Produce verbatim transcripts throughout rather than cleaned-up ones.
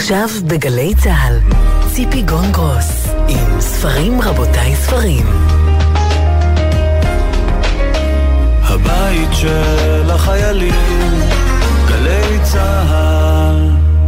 עכשיו בגלי צהל, ציפי גונגרוס עם ספרים רבותיי ספרים. הבית של החיילים, גלי צהל.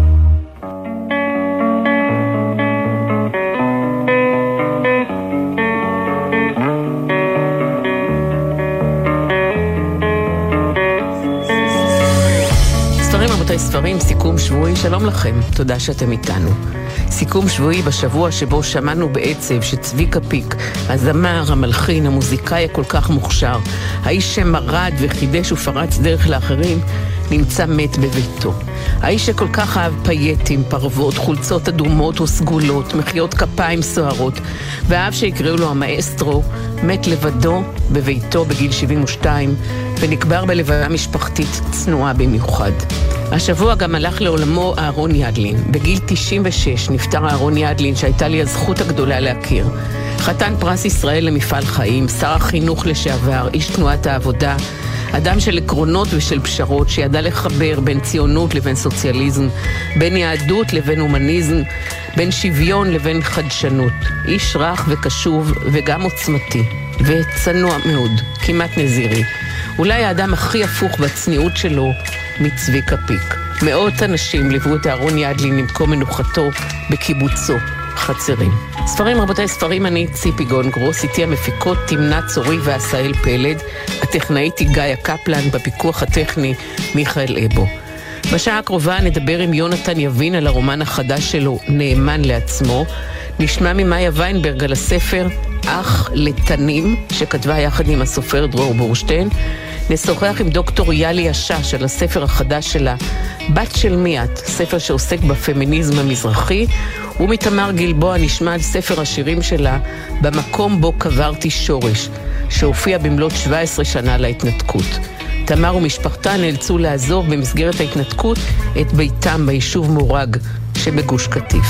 ספרים רבותיי ספרים, סיכום שבועי, שלום לכם, תודה שאתם איתנו. סיכום שבועי בשבוע שבו שמענו בעצב שצביקה פיק, הזמר, המלחין, המוזיקאי הכל כך מוכשר, האיש שמרד וחידש ופרץ דרך לאחרים, נמצא מת בביתו. האיש שכל כך אהב פייטים, פרוות, חולצות אדומות וסגולות, מחיאות כפיים סוערות, ואהב שיקראו לו המאסטרו, מת לבדו בביתו בגיל שבעים ושתיים, ונקבר בלוויה משפחתית צנועה במיוחד. השבוע גם הלך לעולמו אהרון ידלין. בגיל תשעים ושש נפטר אהרון ידלין, שהייתה לי הזכות הגדולה להכיר. חתן פרס ישראל למפעל חיים, שר החינוך לשעבר, איש תנועת העבודה, אדם של עקרונות ושל פשרות, שידע לחבר בין ציונות לבין סוציאליזם, בין יהדות לבין הומניזם, בין שוויון לבין חדשנות. איש רך וקשוב וגם עוצמתי, וצנוע מאוד, כמעט נזירי. אולי האדם הכי הפוך בצניעות שלו מצביקה פיק. מאות אנשים ליוו את אהרון ידלין למקום מנוחתו בקיבוצו חצרים. ספרים רבותיי ספרים, אני ציפי גונגרוס, איתי המפיקות תמנה צורי ועשאל פלד, הטכנאית היא גאיה קפלן, בפיקוח הטכני מיכאל אבו. בשעה הקרובה נדבר עם יונתן יבין על הרומן החדש שלו, נאמן לעצמו. נשמע ממאיה ויינברג על הספר אח לתנים, שכתבה יחד עם הסופר דרור בורשטיין. נשוחח עם דוקטור יאלי השש על הספר החדש שלה, בת של מיית, ספר שעוסק בפמיניזם המזרחי, ומתמר גלבוע נשמע על ספר השירים שלה, במקום בו קברתי שורש, שהופיע במלאת שבע עשרה שנה להתנתקות. תמר ומשפחתה נאלצו לעזוב במסגרת ההתנתקות את ביתם ביישוב מורג שבגוש קטיף.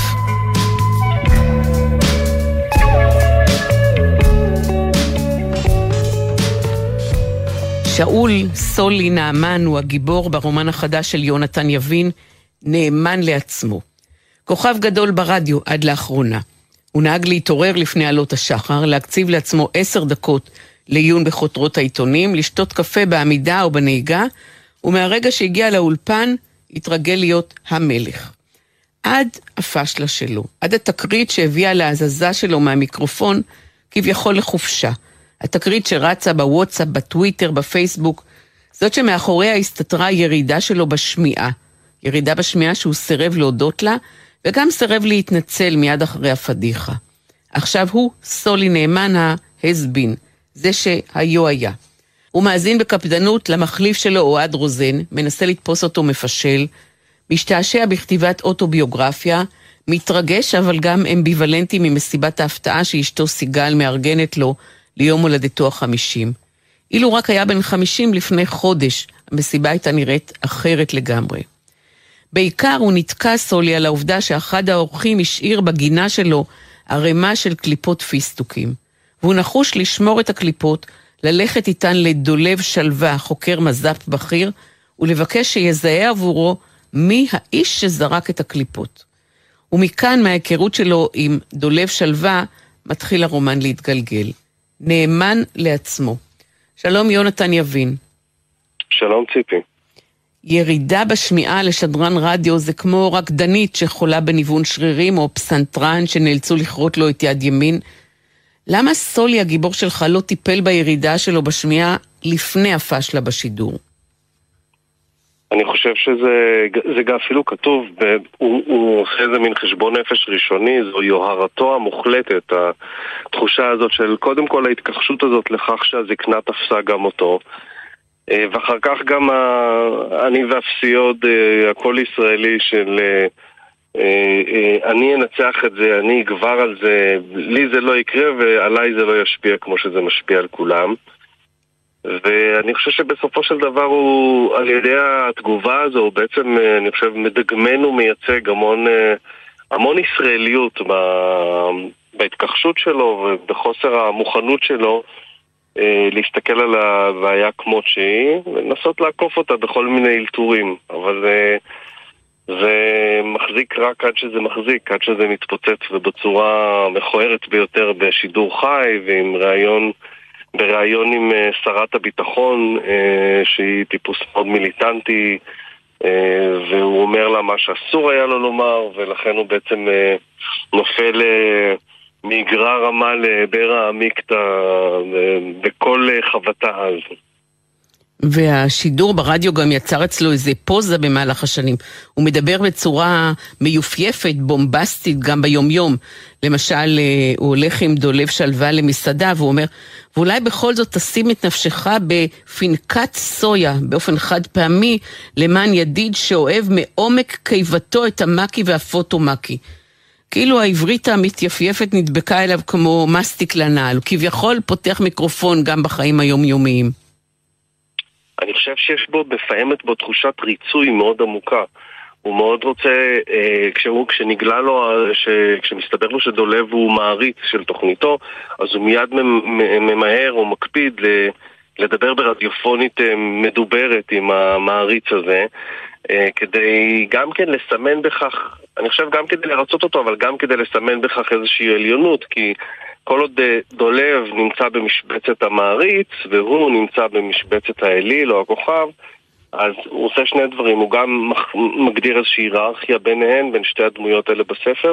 שאול סולי נאמן הוא הגיבור ברומן החדש של יונתן יבין, נאמן לעצמו. כוכב גדול ברדיו עד לאחרונה. הוא נהג להתעורר לפני עלות השחר, להקציב לעצמו עשר דקות לעיון בחותרות העיתונים, לשתות קפה בעמידה או בנהיגה, ומהרגע שהגיע לאולפן התרגל להיות המלך. עד הפשלה שלו, עד התקרית שהביאה להזזה שלו מהמיקרופון, כביכול לחופשה. התקרית שרצה בוואטסאפ, בטוויטר, בפייסבוק, זאת שמאחוריה הסתתרה ירידה שלו בשמיעה. ירידה בשמיעה שהוא סירב להודות לה, וגם סירב להתנצל מיד אחרי הפדיחה. עכשיו הוא סולי נאמן ההסבין, זה שהיו היה. הוא מאזין בקפדנות למחליף שלו אוהד רוזן, מנסה לתפוס אותו מפשל, משתעשע בכתיבת אוטוביוגרפיה, מתרגש אבל גם אמביוולנטי ממסיבת ההפתעה שאשתו סיגל מארגנת לו, ליום הולדתו החמישים. אילו רק היה בן חמישים לפני חודש, המסיבה הייתה נראית אחרת לגמרי. בעיקר הוא נתקע סולי על העובדה שאחד האורחים השאיר בגינה שלו ערימה של קליפות פיסטוקים. והוא נחוש לשמור את הקליפות, ללכת איתן לדולב שלווה, חוקר מז"פ בכיר, ולבקש שיזהה עבורו מי האיש שזרק את הקליפות. ומכאן מההיכרות שלו עם דולב שלווה, מתחיל הרומן להתגלגל. נאמן לעצמו. שלום יונתן יבין. שלום ציפי. ירידה בשמיעה לשדרן רדיו זה כמו רקדנית שחולה בניוון שרירים או פסנתרן שנאלצו לכרות לו את יד ימין. למה סולי הגיבור שלך לא טיפל בירידה שלו בשמיעה לפני הפשלה בשידור? אני חושב שזה זה גם אפילו כתוב, הוא, הוא עושה איזה מין חשבון נפש ראשוני, זו יוהרתו המוחלטת, התחושה הזאת של קודם כל ההתכחשות הזאת לכך שהזקנה תפסה גם אותו, ואחר כך גם אני והפסיוד, הכל ישראלי של אני אנצח את זה, אני אגבר על זה, לי זה לא יקרה ועליי זה לא ישפיע כמו שזה משפיע על כולם. ואני חושב שבסופו של דבר הוא, על ידי התגובה הזו, הוא בעצם, אני חושב, מדגמן ומייצג המון, המון ישראליות בהתכחשות שלו ובחוסר המוכנות שלו להסתכל על הבעיה כמות שהיא ולנסות לעקוף אותה בכל מיני אלתורים. אבל ומחזיק רק עד שזה מחזיק, עד שזה מתפוצץ ובצורה מכוערת ביותר בשידור חי ועם ראיון, בראיון עם שרת הביטחון שהיא טיפוס מאוד מיליטנטי, והוא אומר לה מה שאסור היה לו לומר, ולכן הוא בעצם נופל מגרר רמה לבר העמיקתא בכל חבטה אז. והשידור ברדיו גם יצר אצלו איזה פוזה במהלך השנים. הוא מדבר בצורה מיופייפת, בומבסטית, גם ביום-יום. למשל, הוא הולך עם דולב שלווה למסעדה, והוא אומר, ואולי בכל זאת תשים את נפשך בפנקת סויה, באופן חד פעמי, למען ידיד שאוהב מעומק קיבתו את המקי והפוטו-מקי. כאילו העברית המתייפייפת נדבקה אליו כמו מסטיק לנעל, הוא כביכול פותח מיקרופון גם בחיים היומיומיים. אני חושב שיש בו, בפעמת בו תחושת ריצוי מאוד עמוקה. הוא מאוד רוצה, אה, כשהוא, כשנגלה לו, ש, כשמסתבר לו שדולב הוא מעריץ של תוכניתו, אז הוא מיד ממהר או מקפיד ל, לדבר ברדיופונית מדוברת עם המעריץ הזה, אה, כדי גם כן לסמן בכך, אני חושב גם כדי לרצות אותו, אבל גם כדי לסמן בכך איזושהי עליונות, כי כל עוד דולב נמצא במשבצת המעריץ, והוא נמצא במשבצת האליל או הכוכב, אז הוא עושה שני דברים. הוא גם מגדיר איזושהי היררכיה ביניהן, בין שתי הדמויות האלה בספר,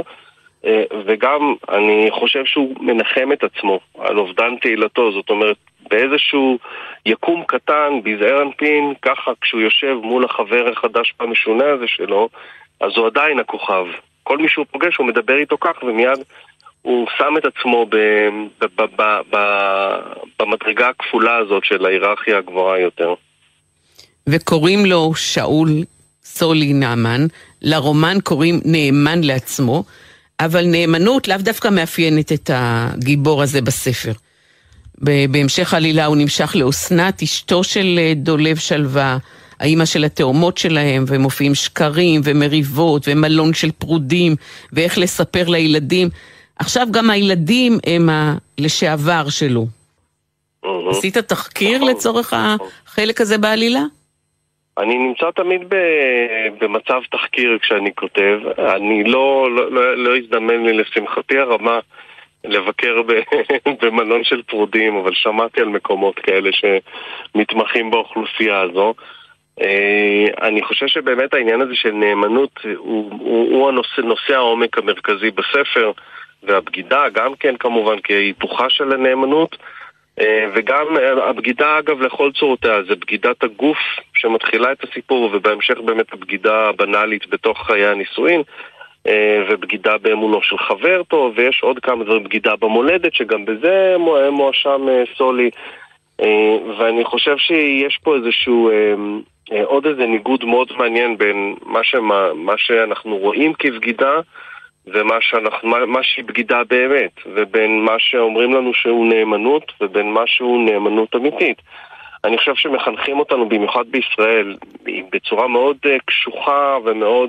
וגם אני חושב שהוא מנחם את עצמו על אובדן תהילתו. זאת אומרת, באיזשהו יקום קטן, בזעיר אנפין, ככה כשהוא יושב מול החבר החדש המשונה הזה שלו, אז הוא עדיין הכוכב. כל מי שהוא פוגש, הוא מדבר איתו כך, ומיד הוא שם את עצמו ב, ב, ב, ב, ב, במדרגה הכפולה הזאת של ההיררכיה הגבוהה יותר. וקוראים לו שאול סולי נאמן, לרומן קוראים נאמן לעצמו, אבל נאמנות לאו דווקא מאפיינת את הגיבור הזה בספר. בהמשך העלילה הוא נמשך לאוסנת, אשתו של דולב שלווה, האמא של התאומות שלהם, ומופיעים שקרים ומריבות ומלון של פרודים, ואיך לספר לילדים. עכשיו גם הילדים הם הלשעבר שלו. עשית תחקיר לצורך החלק הזה בעלילה? אני נמצא תמיד במצב תחקיר כשאני כותב. אני לא, לא, לא הזדמן לי לשמחתי הרמה לבקר במלון של פרודים, אבל שמעתי על מקומות כאלה שמתמחים באוכלוסייה הזו. אני חושב שבאמת העניין הזה של נאמנות הוא, הוא, הוא הנושא, נושא העומק המרכזי בספר, והבגידה גם כן כמובן כהיפוכה של הנאמנות, וגם הבגידה אגב לכל צורותיה, זה בגידת הגוף שמתחילה את הסיפור, ובהמשך באמת הבגידה הבנאלית בתוך חיי הנישואין, ובגידה באמונו של חבר טוב, ויש עוד כמה דברים, בגידה במולדת שגם בזה מואשם סולי, ואני חושב שיש פה איזשהו עוד איזה ניגוד מאוד מעניין בין מה, שמה, מה שאנחנו רואים כבגידה ומה שאנחנו, מה, מה שהיא בגידה באמת, ובין מה שאומרים לנו שהוא נאמנות ובין מה שהוא נאמנות אמיתית. אני חושב שמחנכים אותנו במיוחד בישראל בצורה מאוד קשוחה ומאוד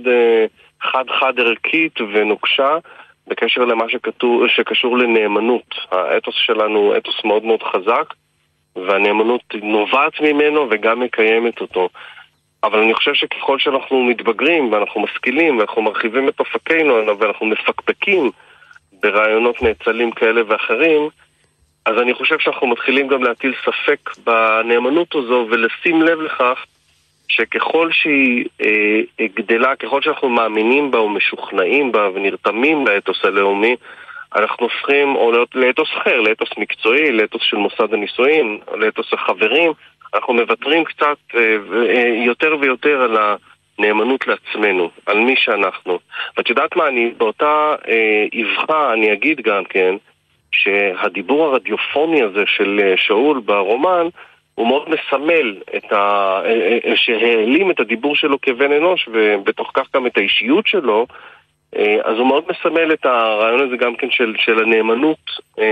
חד-חד ערכית ונוקשה בקשר למה שכתוב, שקשור לנאמנות. האתוס שלנו הוא אתוס מאוד מאוד חזק, והנאמנות נובעת ממנו וגם מקיימת אותו. אבל אני חושב שככל שאנחנו מתבגרים ואנחנו משכילים ואנחנו מרחיבים את אופקינו ואנחנו מפקפקים ברעיונות נאצלים כאלה ואחרים, אז אני חושב שאנחנו מתחילים גם להטיל ספק בנאמנות הזו ולשים לב לכך שככל שהיא אה, גדלה, ככל שאנחנו מאמינים בה ומשוכנעים בה ונרתמים לאתוס הלאומי, אנחנו הופכים או לאתוס אחר, לאתוס מקצועי, לאתוס של מוסד הנישואין, לאתוס החברים, אנחנו מבטרים קצת אה, אה, יותר ויותר על הנאמנות לעצמנו, על מי שאנחנו. ואת יודעת מה, אני באותה אה, הבחה, אני אגיד גם כן, שהדיבור הרדיופוני הזה של שאול ברומן, הוא מאוד מסמל את ה... שהעלים את הדיבור שלו כבן אנוש, ובתוך כך גם את האישיות שלו, אז הוא מאוד מסמל את הרעיון הזה גם כן של, של הנאמנות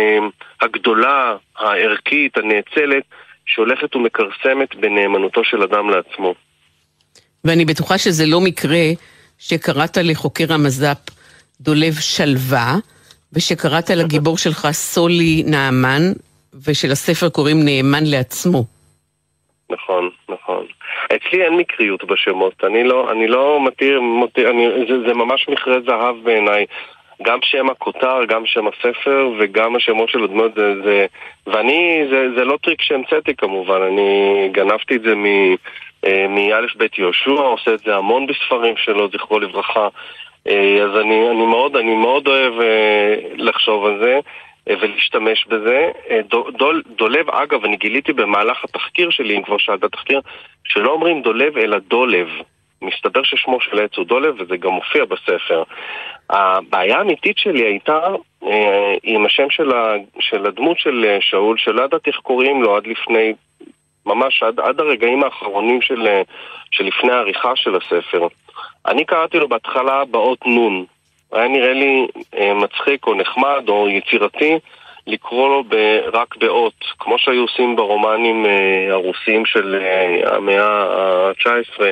הגדולה, הערכית, הנאצלת, שהולכת ומקרסמת בנאמנותו של אדם לעצמו. ואני בטוחה שזה לא מקרה שקראת לחוקר המז"פ דולב שלווה, ושקראת לגיבור שלך סולי נאמן, ושלספר קוראים נאמן לעצמו. נכון, נכון. אצלי אין מקריות בשמות, אני לא, אני לא מתיר, מתיר אני, זה, זה ממש מכרה זהב בעיניי. גם שם הכותר, גם שם הספר וגם השמות של הדמות, זה, זה, ואני, זה, זה לא טריק שהמצאתי כמובן, אני גנבתי את זה מ, מאלף בית יהושע, עושה את זה המון בספרים שלו, זכרו לברכה, אז אני, אני מאוד, אני מאוד אוהב לחשוב על זה ולהשתמש בזה. דול, דולב, אגב, אני גיליתי במהלך התחקיר שלי, אם כבר שאלת התחקיר, שלא אומרים דולב אלא דולב. מסתבר ששמו של העץ הוא דולב, וזה גם מופיע בספר. הבעיה האמיתית שלי הייתה אה, עם השם של, ה, של הדמות של שאול, שלא ידעתי איך קוראים לו עד לפני, ממש עד, עד הרגעים האחרונים של, של לפני העריכה של הספר. אני קראתי לו בהתחלה באות נון. היה נראה לי אה, מצחיק או נחמד או יצירתי לקרוא לו ב, רק באות, כמו שהיו עושים ברומנים אה, הרוסים של אה, המאה ה-תשע עשרה,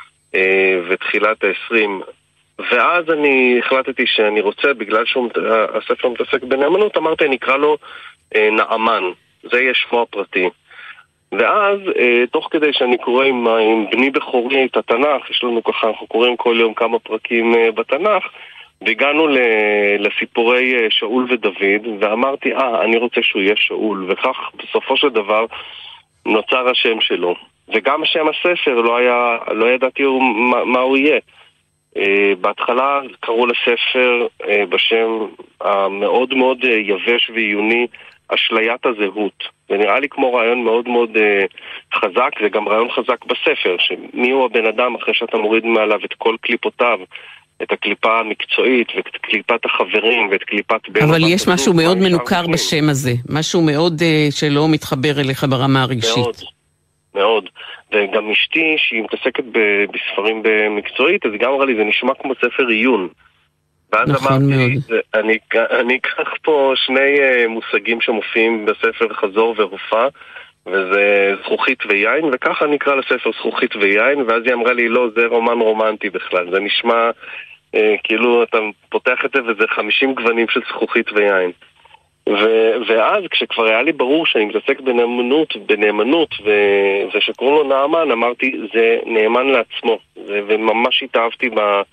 ותחילת ה-עשרים, ואז אני החלטתי שאני רוצה, בגלל שהספר מתעסק בנאמנות, אמרתי אני אקרא לו נעמן, זה יהיה שמו הפרטי. ואז תוך כדי שאני קורא עם, עם בני בכורי את התנ"ך, יש לנו ככה, אנחנו קוראים כל יום כמה פרקים בתנ"ך, והגענו לסיפורי שאול ודוד, ואמרתי אה, אני רוצה שהוא יהיה שאול, וכך בסופו של דבר נוצר השם שלו. וגם שם הספר לא היה, לא ידעתי מה, מה הוא יהיה. Uh, בהתחלה קראו לספר uh, בשם המאוד מאוד uh, יבש ועיוני, אשליית הזהות. זה נראה לי כמו רעיון מאוד מאוד uh, חזק, זה גם רעיון חזק בספר, שמי הוא הבן אדם אחרי שאתה מוריד מעליו את כל קליפותיו, את הקליפה המקצועית ואת קליפת החברים ואת קליפת בן. אבל יש משהו מאוד מנוכר בשם הזה, משהו מאוד uh, שלא מתחבר אליך ברמה הרגשית. מאוד. מאוד, וגם אשתי שהיא מתעסקת בספרים במקצועית, אז היא גם אמרה לי, זה נשמע כמו ספר עיון. ואז נכון אמרתי, מאוד. אני, אני אקח פה שני uh, מושגים שמופיעים בספר חזור ורופא, וזה זכוכית ויין, וככה אני אקרא לספר זכוכית ויין, ואז היא אמרה לי, לא, זה רומן רומנטי בכלל, זה נשמע uh, כאילו אתה פותח את זה וזה חמישים גוונים של זכוכית ויין. ו- ואז כשכבר היה לי ברור שאני מתעסק בנאמנות, בנאמנות ו- ושקוראים לו נעמן, אמרתי זה נאמן לעצמו, ו- וממש התאהבתי ב-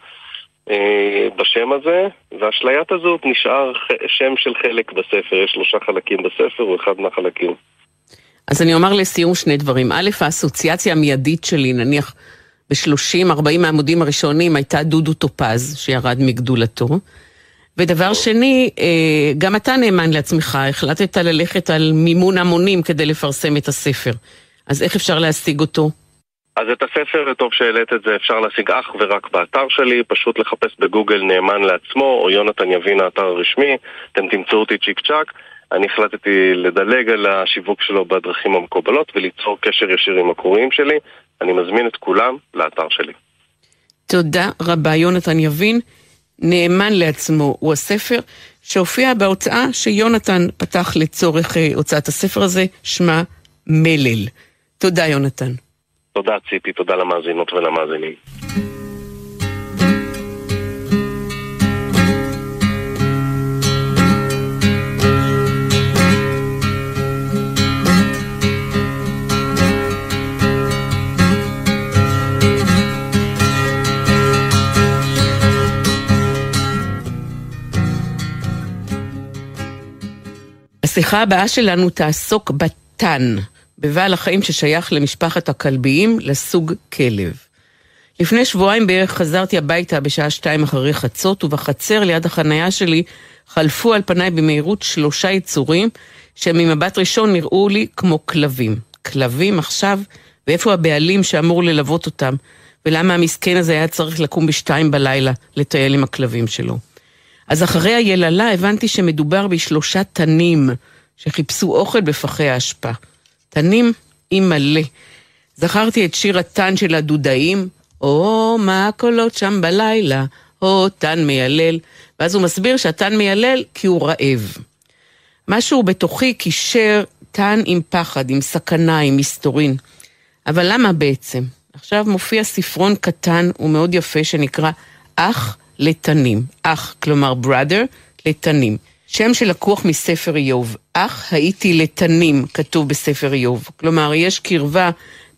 בשם הזה, והאשליית הזאת נשאר שם של חלק בספר, יש שלושה חלקים בספר, הוא אחד מהחלקים. אז אני אומר לסיום שני דברים. א', האסוציאציה המיידית שלי, נניח ב-שלושים ארבעים העמודים הראשונים, הייתה דודו טופז שירד מגדולתו. ודבר שני, גם אתה נאמן לעצמך, החלטת ללכת על מימון המונים כדי לפרסם את הספר. אז איך אפשר להשיג אותו? אז את הספר, טוב שהעלית את זה, אפשר להשיג אך ורק באתר שלי, פשוט לחפש בגוגל נאמן לעצמו, או יונתן יבין האתר הרשמי, אתם תמצאו אותי צ'יק צ'ק. אני החלטתי לדלג על השיווק שלו בדרכים המקובלות, וליצור קשר ישיר עם הקוראים שלי. אני מזמין את כולם לאתר שלי. תודה רבה, יונתן יבין. נאמן לעצמו הוא הספר שהופיע בהוצאה שיונתן פתח לצורך הוצאת הספר הזה, שמה מלל. תודה יונתן. תודה ציפי, תודה למאזינות ולמאזינים. השיחה הבאה שלנו תעסוק בתן, בבעל החיים ששייך למשפחת הכלביים לסוג כלב. לפני שבועיים בערך חזרתי הביתה בשעה שתיים אחרי חצות, ובחצר ליד החנייה שלי חלפו על פניי במהירות שלושה יצורים, שממבט ראשון נראו לי כמו כלבים. כלבים עכשיו, ואיפה הבעלים שאמור ללוות אותם, ולמה המסכן הזה היה צריך לקום בשתיים בלילה לטייל עם הכלבים שלו. אז אחרי היללה הבנתי שמדובר בשלושה תנים שחיפשו אוכל בפחי האשפה. תנים עם מלא. זכרתי את שיר התן של הדודאים, או מה הקולות שם בלילה, או תן מיילל, ואז הוא מסביר שהתן מיילל כי הוא רעב. משהו בתוכי קישר תן עם פחד, עם סכנה, עם מסתורין. אבל למה בעצם? עכשיו מופיע ספרון קטן ומאוד יפה שנקרא אח לתנים. אח, כלומר brother, לתנים. שם שלקוח מספר איוב. אח הייתי לתנים, כתוב בספר איוב. כלומר, יש קרבה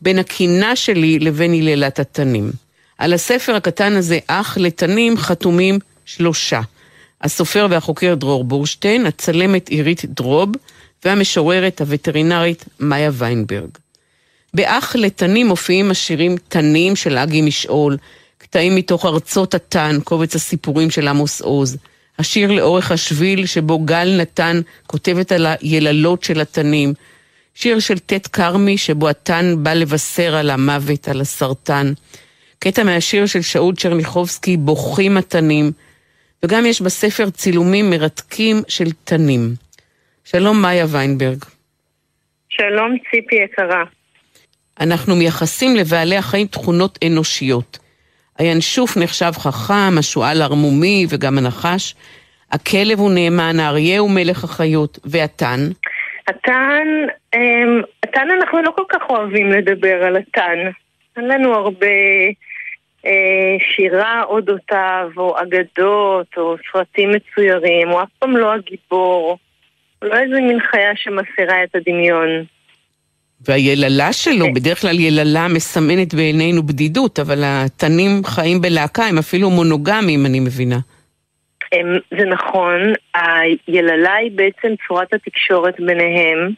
בין הקינה שלי לבין היללת התנים. על הספר הקטן הזה, אח לתנים, חתומים שלושה. הסופר והחוקר דרור בורשטיין, הצלמת עירית דרוב, והמשוררת הווטרינרית מאיה ויינברג. באח לתנים מופיעים השירים תנים של אגי משעול, קטעים מתוך ארצות התן, קובץ הסיפורים של עמוס עוז, השיר לאורך השביל שבו גל נתן כותבת על היללות של התנים, שיר של תת קרמי שבו התן בא לבשר על המוות, על הסרטן, קטע מהשיר של שאול צ'רניחובסקי, בוכים התנים, וגם יש בספר צילומים מרתקים של תנים. שלום מאיה ויינברג. שלום ציפי יקרה. אנחנו מייחסים לבעלי החיים תכונות אנושיות. הינשוף נחשב חכם, השועל הרמומי וגם הנחש. הכלב הוא נאמן, האריה הוא מלך החיות, והתן? התן, התן אנחנו לא כל כך אוהבים לדבר על התן. אין לנו הרבה אה, שירה אודותיו, או אגדות, או סרטים מצוירים, הוא אף פעם לא הגיבור. לא איזה מין חיה שמסירה את הדמיון. והיללה שלו, בדרך כלל יללה מסמנת בעינינו בדידות, אבל התנים חיים בלהקה, הם אפילו מונוגמים, אני מבינה. זה נכון, היללה היא בעצם צורת התקשורת ביניהם.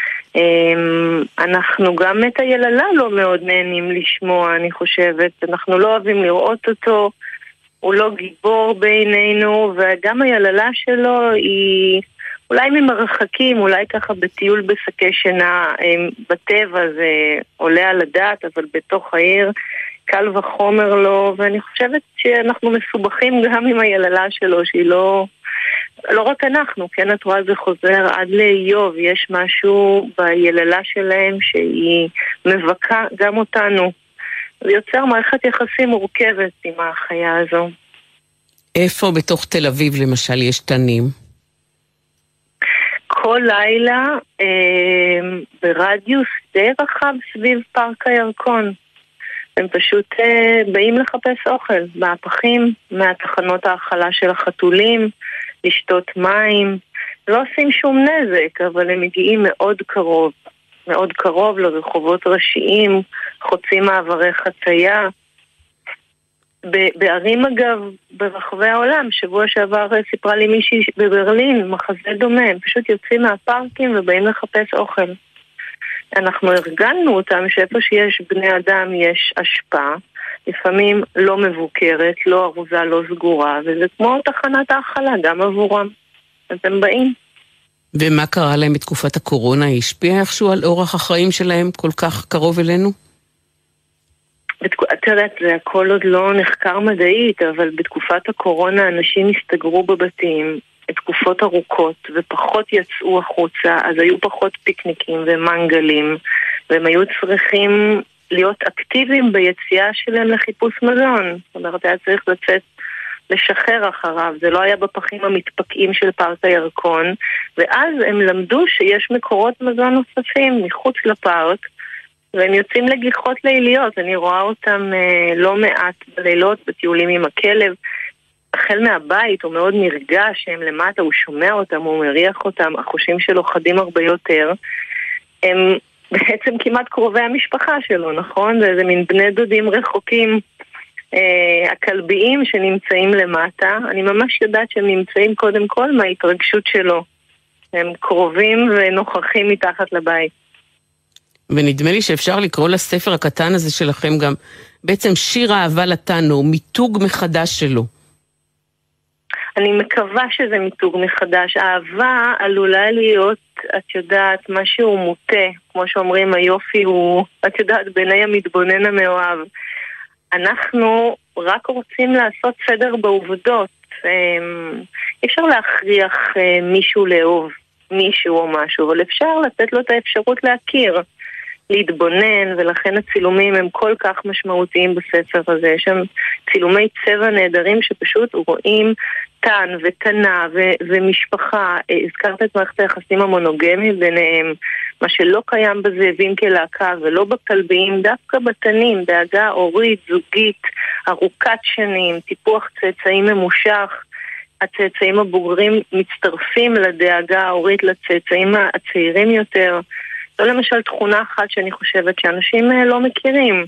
אנחנו גם את היללה לא מאוד נהנים לשמוע, אני חושבת. אנחנו לא אוהבים לראות אותו, הוא לא גיבור בעינינו, וגם היללה שלו היא... אולי ממרחקים, אולי ככה בטיול בשקי שינה, בטבע זה עולה על הדעת, אבל בתוך העיר קל וחומר לו, ואני חושבת שאנחנו מסובכים גם עם היללה שלו, שהיא לא, לא רק אנחנו, כן, את רואה זה חוזר עד לאיוב, יש משהו ביללה שלהם שהיא מבקה גם אותנו, ויוצר מערכת יחסים מורכבת עם החיה הזו. איפה בתוך תל אביב למשל יש תנים? כל לילה אה, ברדיוס די רחב סביב פארק הירקון. הם פשוט אה, באים לחפש אוכל, מהפכים, מהתחנות האכלה של החתולים, לשתות מים. לא עושים שום נזק, אבל הם מגיעים מאוד קרוב, מאוד קרוב לרחובות ראשיים, חוצים מעברי חצייה. בערים אגב, ברחבי העולם, שבוע שעבר סיפרה לי מישהי בברלין, מחזה דומה, הם פשוט יוצאים מהפארקים ובאים לחפש אוכל. אנחנו הרגלנו אותם שאיפה שיש בני אדם יש השפעה, לפעמים לא מבוקרת, לא ארוזה, לא סגורה, וזה כמו תחנת האכלה, גם עבורם. אז הם באים. ומה קרה להם בתקופת הקורונה? השפיע איכשהו על אורח החיים שלהם כל כך קרוב אלינו? את יודעת, זה הכל עוד לא נחקר מדעית, אבל בתקופת הקורונה אנשים הסתגרו בבתים תקופות ארוכות ופחות יצאו החוצה, אז היו פחות פיקניקים ומנגלים, והם היו צריכים להיות אקטיביים ביציאה שלהם לחיפוש מזון. זאת אומרת, היה צריך לצאת לשחרר אחריו, זה לא היה בפחים המתפקעים של פארק הירקון, ואז הם למדו שיש מקורות מזון נוספים מחוץ לפארק, והם יוצאים לגיחות ליליות. אני רואה אותם אה, לא מעט בלילות בטיולים עם הכלב. החל מהבית הוא מאוד נרגש שהם למטה, הוא שומע אותם, הוא מריח אותם, החושים שלו חדים הרבה יותר. הם בעצם כמעט קרובי המשפחה שלו, נכון? זה איזה מין בני דודים רחוקים, אה, הכלביים שנמצאים למטה. אני ממש יודעת שהם נמצאים קודם כל מההתרגשות שלו. הם קרובים ונוכחים מתחת לבית. ונדמה לי שאפשר לקרוא לספר הקטן הזה שלכם גם בעצם שיר אהבה לתן, או מיתוג מחדש שלו. אני מקווה שזה מיתוג מחדש. האהבה עלולה להיות, את יודעת, משהו מוטה. כמו שאומרים, היופי הוא, את יודעת, בעיני המתבונן המאוהב. אנחנו רק רוצים לעשות סדר בעובדות. אי אפשר להכריח מישהו לאהוב מישהו או משהו, אבל אפשר לתת לו את האפשרות להכיר, להתבונן, ולכן הצילומים הם כל כך משמעותיים בספר הזה. יש שם צילומי צבע נהדרים שפשוט רואים תן ותנה ו- ומשפחה. הזכרת את מערכת היחסים המונוגמיים ביניהם, מה שלא קיים בזאבים כלהקה ולא בכלביים, דווקא בתנים, דאגה הורית, זוגית, ארוכת שנים, טיפוח צאצאים ממושך. הצאצאים הבוגרים מצטרפים לדאגה ההורית לצאצאים הצעירים יותר. זו למשל תכונה אחת שאני חושבת שאנשים לא מכירים.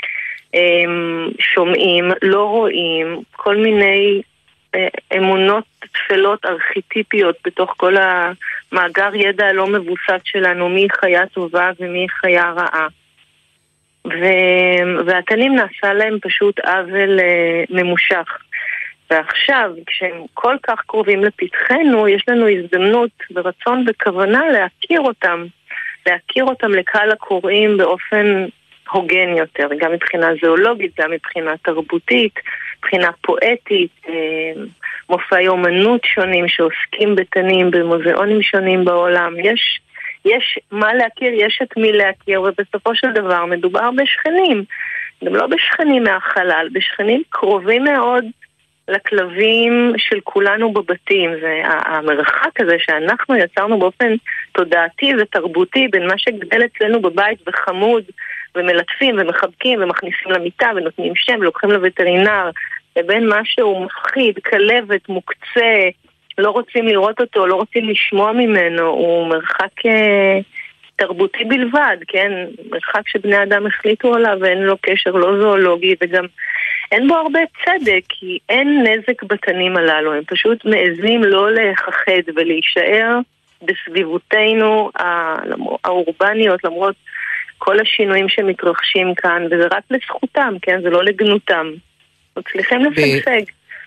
שומעים, לא רואים, כל מיני אמונות תפלות ארכיטיפיות בתוך כל המאגר ידע הלא מבוסס שלנו, מי חיה טובה ומי חיה רעה. והתנים נעשה להם פשוט עוול ממושך. ועכשיו, כשהם כל כך קרובים לפתחנו, יש לנו הזדמנות ורצון וכוונה להכיר אותם, להכיר אותם לקהל הקוראים באופן הוגן יותר, גם מבחינה זואולוגית, גם מבחינה תרבותית, מבחינה פואטית, מופעי אומנות שונים שעוסקים בתנים במוזיאונים שונים בעולם. יש, יש מה להכיר, יש את מי להכיר, ובסופו של דבר מדובר בשכנים, גם לא בשכנים מהחלל, בשכנים קרובים מאוד לכלבים של כולנו בבתים. והמרחק הזה שאנחנו יצרנו באופן תודעתי ותרבותי בין מה שגדל אצלנו בבית וחמוד ומלטפים ומחבקים ומכניסים למיטה ונותנים שם ולוקחים לווטרינר, לבין משהו מפחיד, כלבת, מוקצה, לא רוצים לראות אותו, לא רוצים לשמוע ממנו, הוא מרחק אה, תרבותי בלבד, כן? מרחק שבני אדם החליטו עליו ואין לו קשר לא זואולוגי, וגם אין בו הרבה צדק, כי אין נזק בתנים הללו, הם פשוט מעזים לא להיחד ולהישאר בסביבותינו האורבניות, למרות כל השינויים שמתרחשים כאן, וזה רק לזכותם, כן? זה לא לגנותם. מצליחים לפגפג.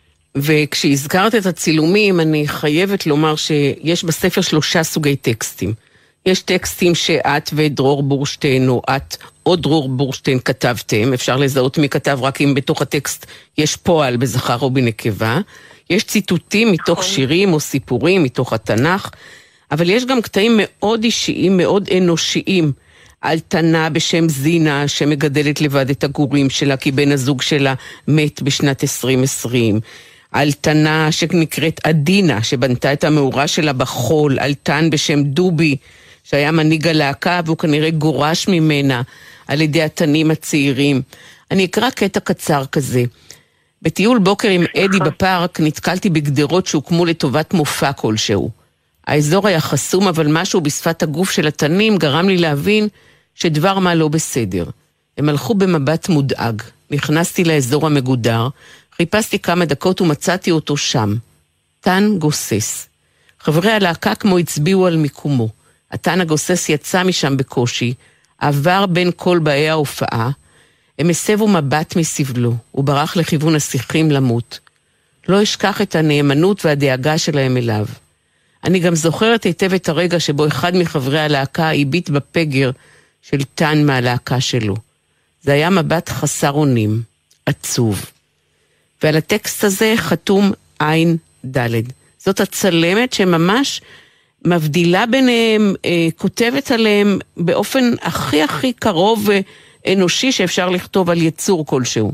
וכשהזכרת את הצילומים, אני חייבת לומר שיש בספר שלושה סוגי טקסטים. יש טקסטים שאת ודרור בורשטיין, או את או דרור בורשטיין כתבתם, אפשר לזהות מי כתב רק אם בתוך הטקסט יש פועל בזכר או בנקבה. יש ציטוטים מתוך שירים או סיפורים, מתוך התנ"ך, אבל יש גם קטעים מאוד אישיים, מאוד אנושיים, על תנה בשם זינה שמגדלת לבד את הגורים שלה כי בן הזוג שלה מת בשנת עשרים עשרים, על תנה שנקראת עדינה שבנתה את המאורה שלה בחול, על תן בשם דובי שהיה מנהיג הלהקה והוא כנראה גורש ממנה על ידי התנים הצעירים. אני אקרא קטע קצר כזה. בטיול בוקר עם אדי בפארק נתקלתי בגדרות שהוקמו לטובת מופע כלשהו. האזור היה חסום, אבל משהו בשפת הגוף של התנים גרם לי להבין שדבר מה לא בסדר. הם הלכו במבט מודאג. נכנסתי לאזור המגודר, חיפשתי כמה דקות ומצאתי אותו שם. תן גוסס. חברי הלהקה כמו הצביעו על מיקומו. התן הגוסס יצא משם בקושי, עבר בין כל באי ההופעה, הם הסבו מבט מסבלו, הוא ברח לכיוון השיחים למות. לא אשכח את הנאמנות והדאגה שלהם אליו. אני גם זוכרת היטב את הרגע שבו אחד מחברי הלהקה הביט בפגר של תן מהלהקה שלו. זה היה מבט חסר אונים, עצוב. ועל הטקסט הזה חתום עין דלת. זאת הצלמת שממש מבדילה ביניהם, אה, כותבת עליהם באופן הכי הכי קרוב ואנושי שאפשר לכתוב על יצור כלשהו.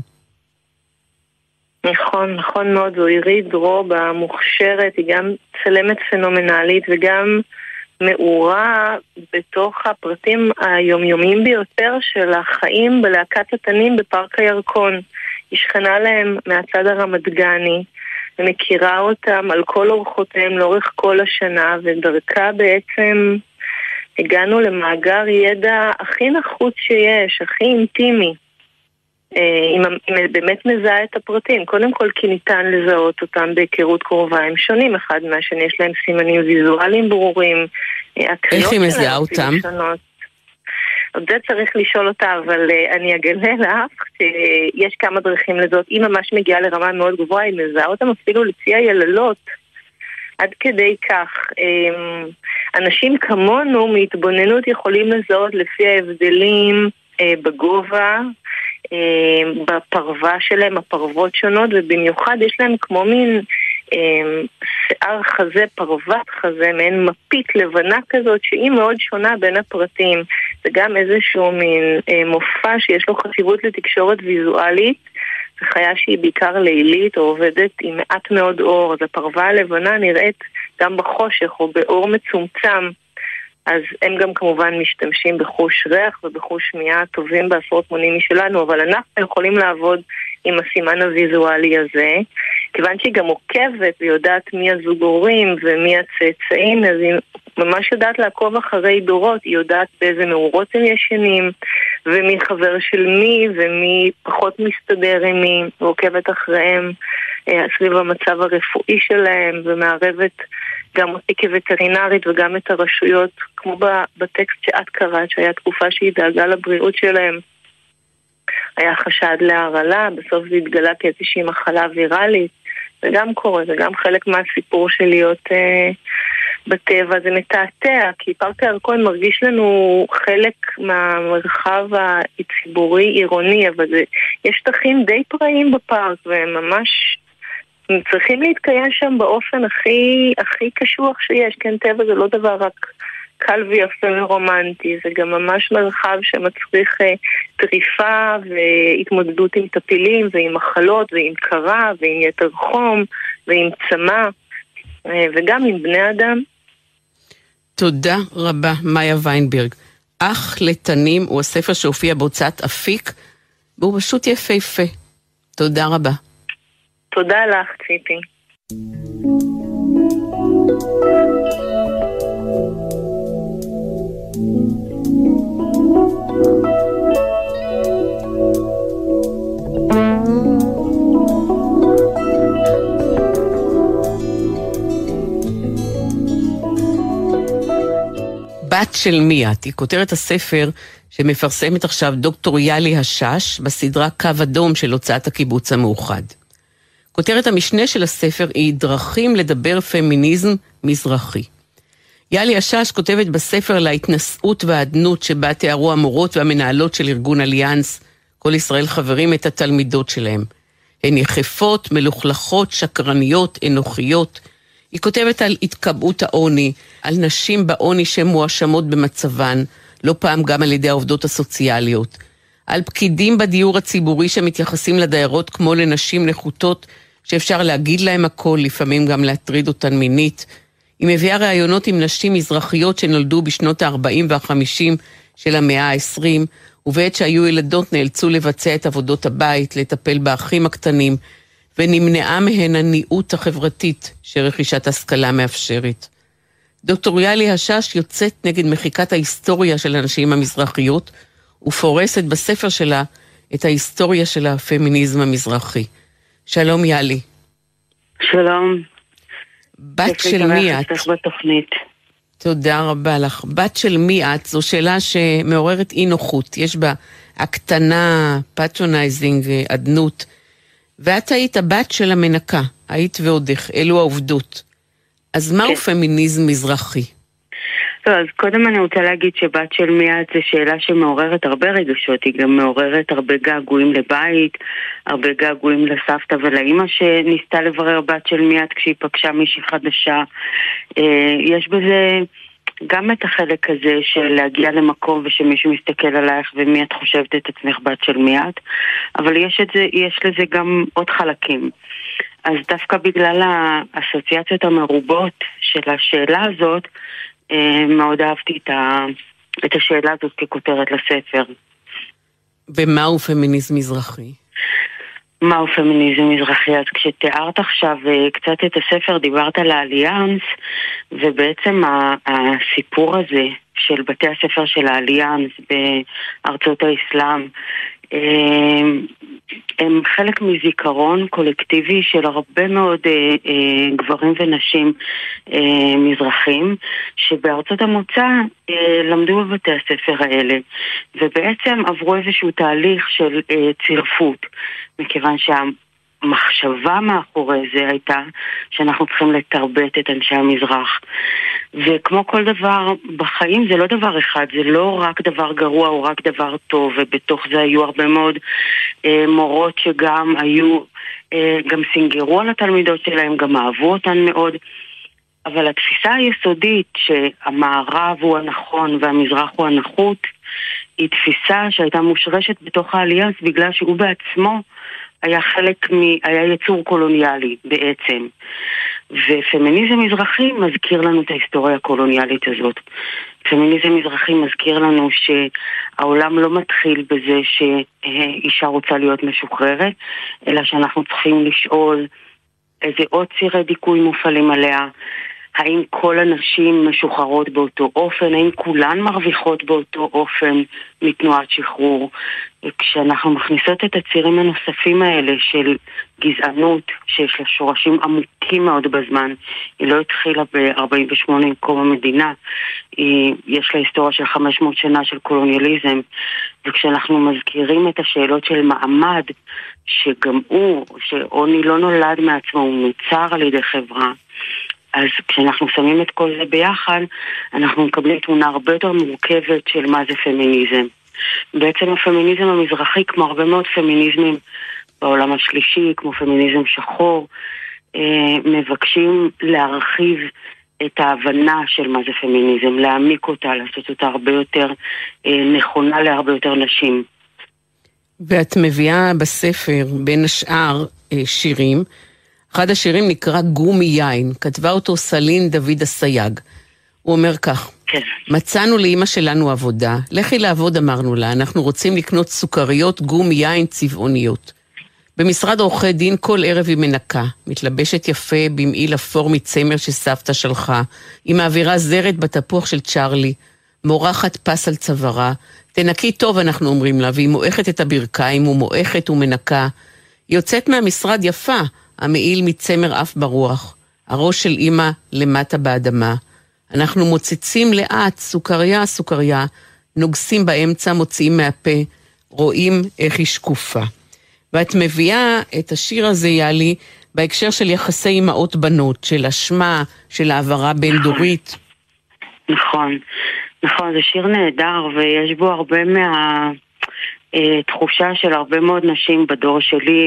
נכון, נכון מאוד, זו עירית דרובה מוכשרת, היא גם צלמת פנומנלית וגם מאורה בתוך הפרטים היומיומיים ביותר של החיים בלהקת התנים בפארק הירקון. היא שכנה להם מהצד הרמת גני, ומכירה אותם על כל אורחותיהם לאורך כל השנה, ודרכה בעצם הגענו למאגר ידע הכי נחוץ שיש, הכי אינטימי. אם באמת מזהה את הפרטים, קודם כל כי ניתן לזהות אותם בהיכרות קרובה, הם שונים אחד מהשני, יש להם סימנים ויזואליים ברורים. איך היא מזהה אותם? עוד זה צריך לשאול אותה, אבל אני אגלה לך שיש כמה דרכים לזהות. היא ממש מגיעה לרמה מאוד גבוהה, היא מזהה אותם אפילו לפי היללות. עד כדי כך, אנשים כמונו מהתבוננות יכולים לזהות לפי ההבדלים בגובה, בפרווה שלהם, הפרוות שונות, ובמיוחד יש להם כמו מין שיער חזה, פרוות חזה, מעין מפית לבנה כזאת שהיא מאוד שונה בין הפרטים. זה גם איזשהו מין מופע שיש לו חשיבות לתקשורת ויזואלית. זו חיה שהיא בעיקר לילית או עובדת עם מעט מאוד אור, אז הפרווה הלבנה נראית גם בחושך או באור מצומצם. אז הם גם כמובן משתמשים בחוש ריח ובחוש שמיעה טובים בעשרות מונים משלנו, אבל אנחנו יכולים לעבוד עם הסימן הוויזואלי הזה, כיוון שהיא גם עוקבת ויודעת מי הזוג הורים ומי הצאצאים, אז היא ממש יודעת לעקוב אחרי דורות, היא יודעת באיזה מאורות הם ישנים, ומי חבר של מי, ומי פחות מסתדר עם מי, ועוקבת אחריהם סביב המצב הרפואי שלהם, ומערבת גם אותי כווטרינרית וגם את הרשויות, כמו בטקסט שאת קראת, שהיה תקופה שהיא דאגה לבריאות שלהם. היה חשד להרעלה, בסוף זה התגלה כאיזושהי מחלה ויראלית, זה גם קורה, זה גם חלק מהסיפור של להיות אה, בטבע, זה מתעתע, כי פארק הירקון מרגיש לנו חלק מהמרחב הציבורי עירוני, אבל זה, יש שטחים די פראיים בפארק, והם ממש צריכים להתקיים שם באופן הכי, הכי קשוח שיש, כן, טבע זה לא דבר רק קל ויפה ורומנטי, זה גם ממש מרחב שמצריך uh, טריפה והתמודדות עם טפילים ועם מחלות ועם קרה ועם יתר חום ועם צמא uh, וגם עם בני אדם. תודה רבה, מאיה ויינברג. אח לתנים הוא הספר שהופיע בהוצאת אפיק, והוא פשוט יפהפה. תודה רבה. תודה לך, ציפי. בת של מי את? היא כותרת הספר שמפרסמת עכשיו דוקטור יאלי השש בסדרה קו אדום של הוצאת הקיבוץ המאוחד. כותרת המשנה של הספר היא דרכים לדבר פמיניזם מזרחי. יאלי השש כותבת בספר על ההתנשאות והעדנות שבה תיארו המורות והמנהלות של ארגון אליאנס, כל ישראל חברים, את התלמידות שלהם. הן יחפות, מלוכלכות, שקרניות, אנוכיות. היא כותבת על התקבעות העוני, על נשים בעוני שמואשמות במצבן, לא פעם גם על ידי העובדות הסוציאליות. על פקידים בדיור הציבורי שמתייחסים לדיירות כמו לנשים נחותות, שאפשר להגיד להם הכל, לפעמים גם להטריד אותן מינית. היא מביאה רעיונות עם נשים מזרחיות שנולדו בשנות ה-ארבעים וה-חמישים של המאה ה-עשרים, ובעת שהיו ילדות נאלצו לבצע את עבודות הבית, לטפל באחים הקטנים, ונמנעה מהן הניעות החברתית שרכישת השכלה מאפשרת. דוקטור יאלי השש יוצאת נגד מחיקת ההיסטוריה של הנשים המזרחיות, ופורסת בספר שלה את ההיסטוריה של הפמיניזם המזרחי. שלום יאלי. שלום. בת של מי את? בתוכנית. תודה רבה לך. בת של מי את? זו שאלה שמעוררת אי נוחות. יש בה הקטנה, פטרונייזינג, עדנות. ואת היית הבת של המנקה, היית ועודך, אלו העובדות. אז מהו כן. פמיניזם מזרחי? לא, אז קודם אני רוצה להגיד שבת של מי את זה שאלה שמעוררת הרבה רגשות, היא גם מעוררת הרבה געגועים לבית, הרבה געגועים לסבתא ולאמא שניסתה לברר בת של מי את כשהיא פגשה מישהי חדשה. יש בזה גם את החלק הזה של להגיע למקום ושמישהו מסתכל עלייך ומי את חושבת את עצמך בת של מי את, אבל יש, את זה, יש לזה גם עוד חלקים. אז דווקא בגלל האסוציאציות המרובות של השאלה הזאת, מאוד אהבתי את, ה... את השאלה הזאת ככותרת לספר. ומהו פמיניזם מזרחי? מהו פמיניזם מזרחי? אז כשתיארת עכשיו קצת את הספר, דיברת על האליאנס, ובעצם הסיפור הזה של בתי הספר של האליאנס בארצות האסלאם, הם חלק מזיכרון קולקטיבי של הרבה מאוד אה, אה, גברים ונשים אה, מזרחים שבארצות המוצא אה, למדו בבתי הספר האלה ובעצם עברו איזשהו תהליך של אה, צירפות, מכיוון שהמחשבה מאחורי זה הייתה שאנחנו צריכים לתרבט את אנשי המזרח, וכמו כל דבר בחיים זה לא דבר אחד, זה לא רק דבר גרוע או רק דבר טוב, ובתוך זה היו הרבה מאוד אה, מורות שגם היו, אה, גם סינגרו על התלמידות שלהם, גם אהבו אותן מאוד, אבל התפיסה היסודית שהמערב הוא הנכון והמזרח הוא הנחות, היא תפיסה שהייתה מושרשת בתוך האליאנס בגלל שהוא בעצמו היה חלק מ... היה יצור קולוניאלי בעצם. ופמיניזם מזרחי מזכיר לנו את ההיסטוריה הקולוניאלית הזאת. פמיניזם מזרחי מזכיר לנו שהעולם לא מתחיל בזה שאישה רוצה להיות משוחררת, אלא שאנחנו צריכים לשאול איזה עוד צירי דיכוי מופעלים עליה, האם כל הנשים משוחררות באותו אופן, האם כולן מרוויחות באותו אופן מתנועת שחרור. כשאנחנו מכניסות את הצירים הנוספים האלה של גזענות, שיש לה שורשים עמוקים מאוד בזמן, היא לא התחילה ב-ארבעים ושמונה עם קום המדינה, היא, יש לה היסטוריה של חמש מאות שנה של קולוניאליזם, וכשאנחנו מזכירים את השאלות של מעמד, שגם הוא, שעוני לא נולד מעצמו, הוא נוצר על ידי חברה, אז כשאנחנו שמים את כל זה ביחד, אנחנו מקבלים תמונה הרבה יותר מורכבת של מה זה פמיניזם. בעצם הפמיניזם המזרחי, כמו הרבה מאוד פמיניזמים בעולם השלישי, כמו פמיניזם שחור, מבקשים להרחיב את ההבנה של מה זה פמיניזם, להעמיק אותה, לעשות אותה הרבה יותר נכונה להרבה יותר נשים. ואת מביאה בספר בין השאר שירים, אחד השירים נקרא גומי יין, כתבה אותו סלין דוד הסייג. הוא אומר כך, כן. מצאנו לאמא שלנו עבודה, לכי לעבוד אמרנו לה, אנחנו רוצים לקנות סוכריות גומי יין צבעוניות. במשרד עורכי דין כל ערב היא מנקה, מתלבשת יפה במעיל אפור מצמר שסבתא שלחה, היא מעבירה זרת בתפוח של צ'רלי, מורחת פס על צווארה, תנקי טוב אנחנו אומרים לה, והיא מועכת את הברכיים ומועכת ומנקה, היא יוצאת מהמשרד יפה, המעיל מצמר אף ברוח, הראש של אמא למטה באדמה, אנחנו מוצצים לאט, סוכריה, סוכריה, נוגסים באמצע, מוציאים מהפה, רואים איך היא שקופה. ואת מביאה את השיר הזה, יאלי, בהקשר של יחסי אמהות בנות, של אשמה, של העברה בין דורית. נכון, נכון, זה שיר נהדר, ויש בו הרבה מהתחושה של הרבה מאוד נשים בדור שלי,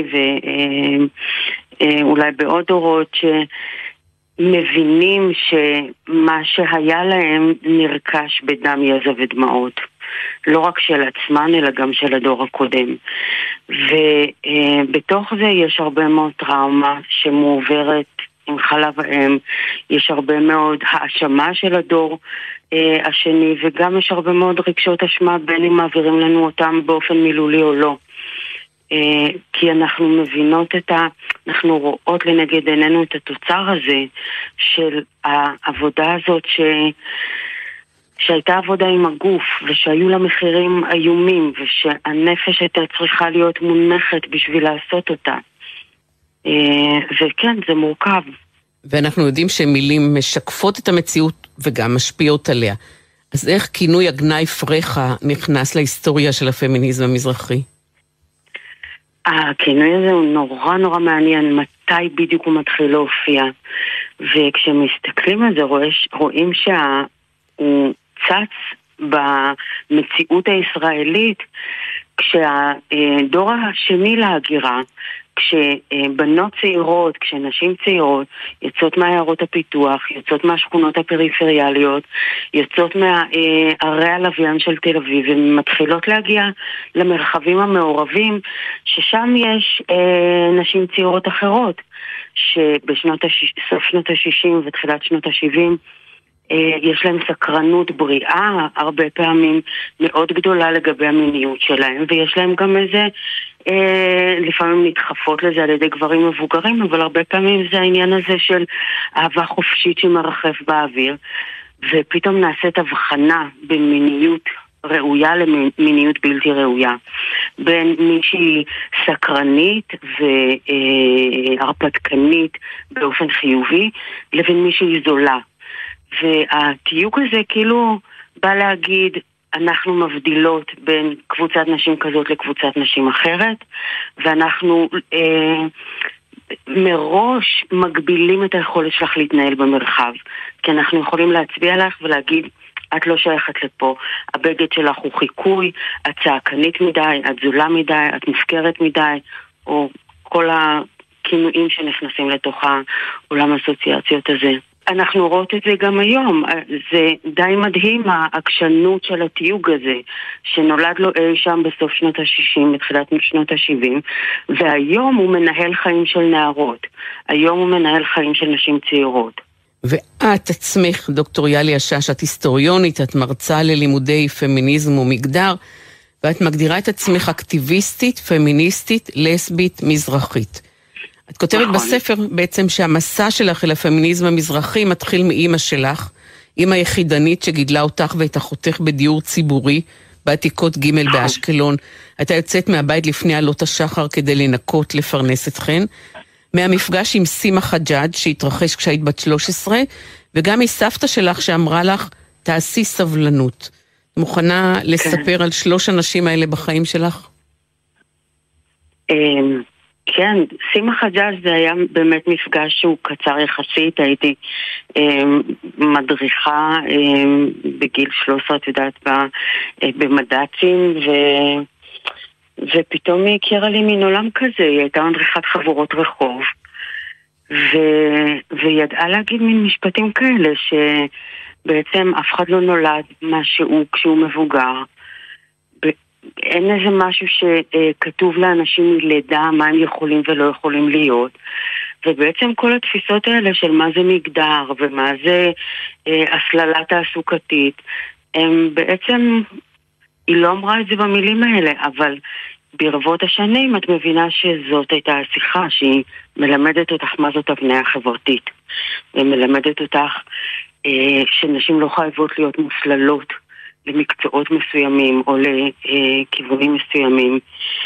ואולי בעוד דורות ש... מבינים שמה שהיה להם נרכש בדם, יזע ודמעות. לא רק של עצמן, אלא גם של הדור הקודם. ובתוך זה יש הרבה מאוד טראומה שמועברת עם חלב האם. יש הרבה מאוד האשמה של הדור השני, וגם יש הרבה מאוד רגשות אשמה, בין אם מעבירים לנו אותם באופן מילולי או לא. כי אנחנו מבינות את ה... אנחנו רואות לנגד עינינו את התוצר הזה של העבודה הזאת ש... שהייתה עבודה עם הגוף ושהיו לה מחירים איומים ושהנפש הייתה צריכה להיות מונחת בשביל לעשות אותה. וכן, זה מורכב. ואנחנו יודעים שמילים משקפות את המציאות וגם משפיעות עליה. אז איך כינוי הגנאי פרחה נכנס להיסטוריה של הפמיניזם המזרחי? הכינוי הזה הוא נורא נורא מעניין, מתי בדיוק הוא מתחיל להופיע. וכשמסתכלים על זה רואים שהוא צץ במציאות הישראלית כשהדור השני להגירה, כשבנות צעירות, כשנשים צעירות יוצאות מהעיירות הפיתוח, יוצאות מהשכונות הפריפריאליות, יוצאות מהערי הלוויין של תל אביב ומתחילות להגיע למרחבים המעורבים, ששם יש נשים צעירות אחרות שבשנות הש... סוף שנות ה-שישים ותחילת שנות ה-שבעים יש להם סקרנות בריאה הרבה פעמים מאוד גדולה לגבי המיניות שלהם, ויש להם גם איזה אה, לפעמים נדחפות לזה על ידי גברים מבוגרים, אבל הרבה פעמים זה העניין הזה של אהבה חופשית שמרחף באוויר, ופתאום נעשית הבחנה בין מיניות ראויה למיניות בלתי ראויה, בין מישהי סקרנית והרפתקנית באופן חיובי לבין מישהי זולה. והתיוג הזה כאילו בא להגיד, אנחנו מבדילות בין קבוצת נשים כזאת לקבוצת נשים אחרת, ואנחנו אה, מראש מגבילים את היכולת שלך להתנהל במרחב, כי אנחנו יכולים להצביע לך ולהגיד, את לא שייכת לפה, הבגד שלך הוא חיקוי, את צעקנית מדי, את זולה מדי, את מופקרת מדי, או כל הכינויים שנכנסים לתוך העולם האסוציאציות הזה. אנחנו רואות את זה גם היום, זה די מדהים העקשנות של התיוג הזה, שנולד לו אי שם בסוף שנות ה-שישים, בתחילת שנות ה-שבעים, והיום הוא מנהל חיים של נערות, היום הוא מנהל חיים של נשים צעירות. ואת עצמך, דוקטור יאלי השש, את היסטוריונית, את מרצה ללימודי פמיניזם ומגדר, ואת מגדירה את עצמך אקטיביסטית, פמיניסטית, לסבית, מזרחית. את כותבת נכון. בספר בעצם שהמסע שלך אל הפמיניזם המזרחי מתחיל מאמא שלך, אמא יחידנית שגידלה אותך ואת אחותך בדיור ציבורי, בעתיקות ג' נכון. באשקלון. הייתה יוצאת מהבית לפני עלות השחר כדי לנקות, לפרנס אתכן. מהמפגש עם סימה חג'אג' שהתרחש כשהיית בת שלוש עשרה, וגם מסבתא שלך שאמרה לך, תעשי סבלנות. מוכנה לספר על שלוש אנשים האלה בחיים שלך? כן, סימה חג'אג' זה היה באמת מפגש שהוא קצר יחסית. הייתי מדריכה בגיל שלוש עשרה, את יודעת, במד"צים, ו... ופתאום היא הכירה לי מן עולם כזה. היא הייתה מדריכת חבורות רחוב, ו... וידעה להגיד מין משפטים כאלה שבעצם אף אחד לא נולד משהו כשהוא מבוגר. אין איזה משהו שכתוב לאנשים מלידה מה הם יכולים ולא יכולים להיות. ובעצם כל התפיסות האלה של מה זה מגדר ומה זה הסללה תעסוקתית, הם בעצם, היא לא אמרה את זה במילים האלה, אבל ברבות השנים את מבינה שזאת הייתה השיחה, שהיא מלמדת אותך מה זאת הבניה החברתית, ומלמדת אותך שנשים לא חייבות להיות מוסללות למקצועות מסוימים או לכיוונים מסוימים.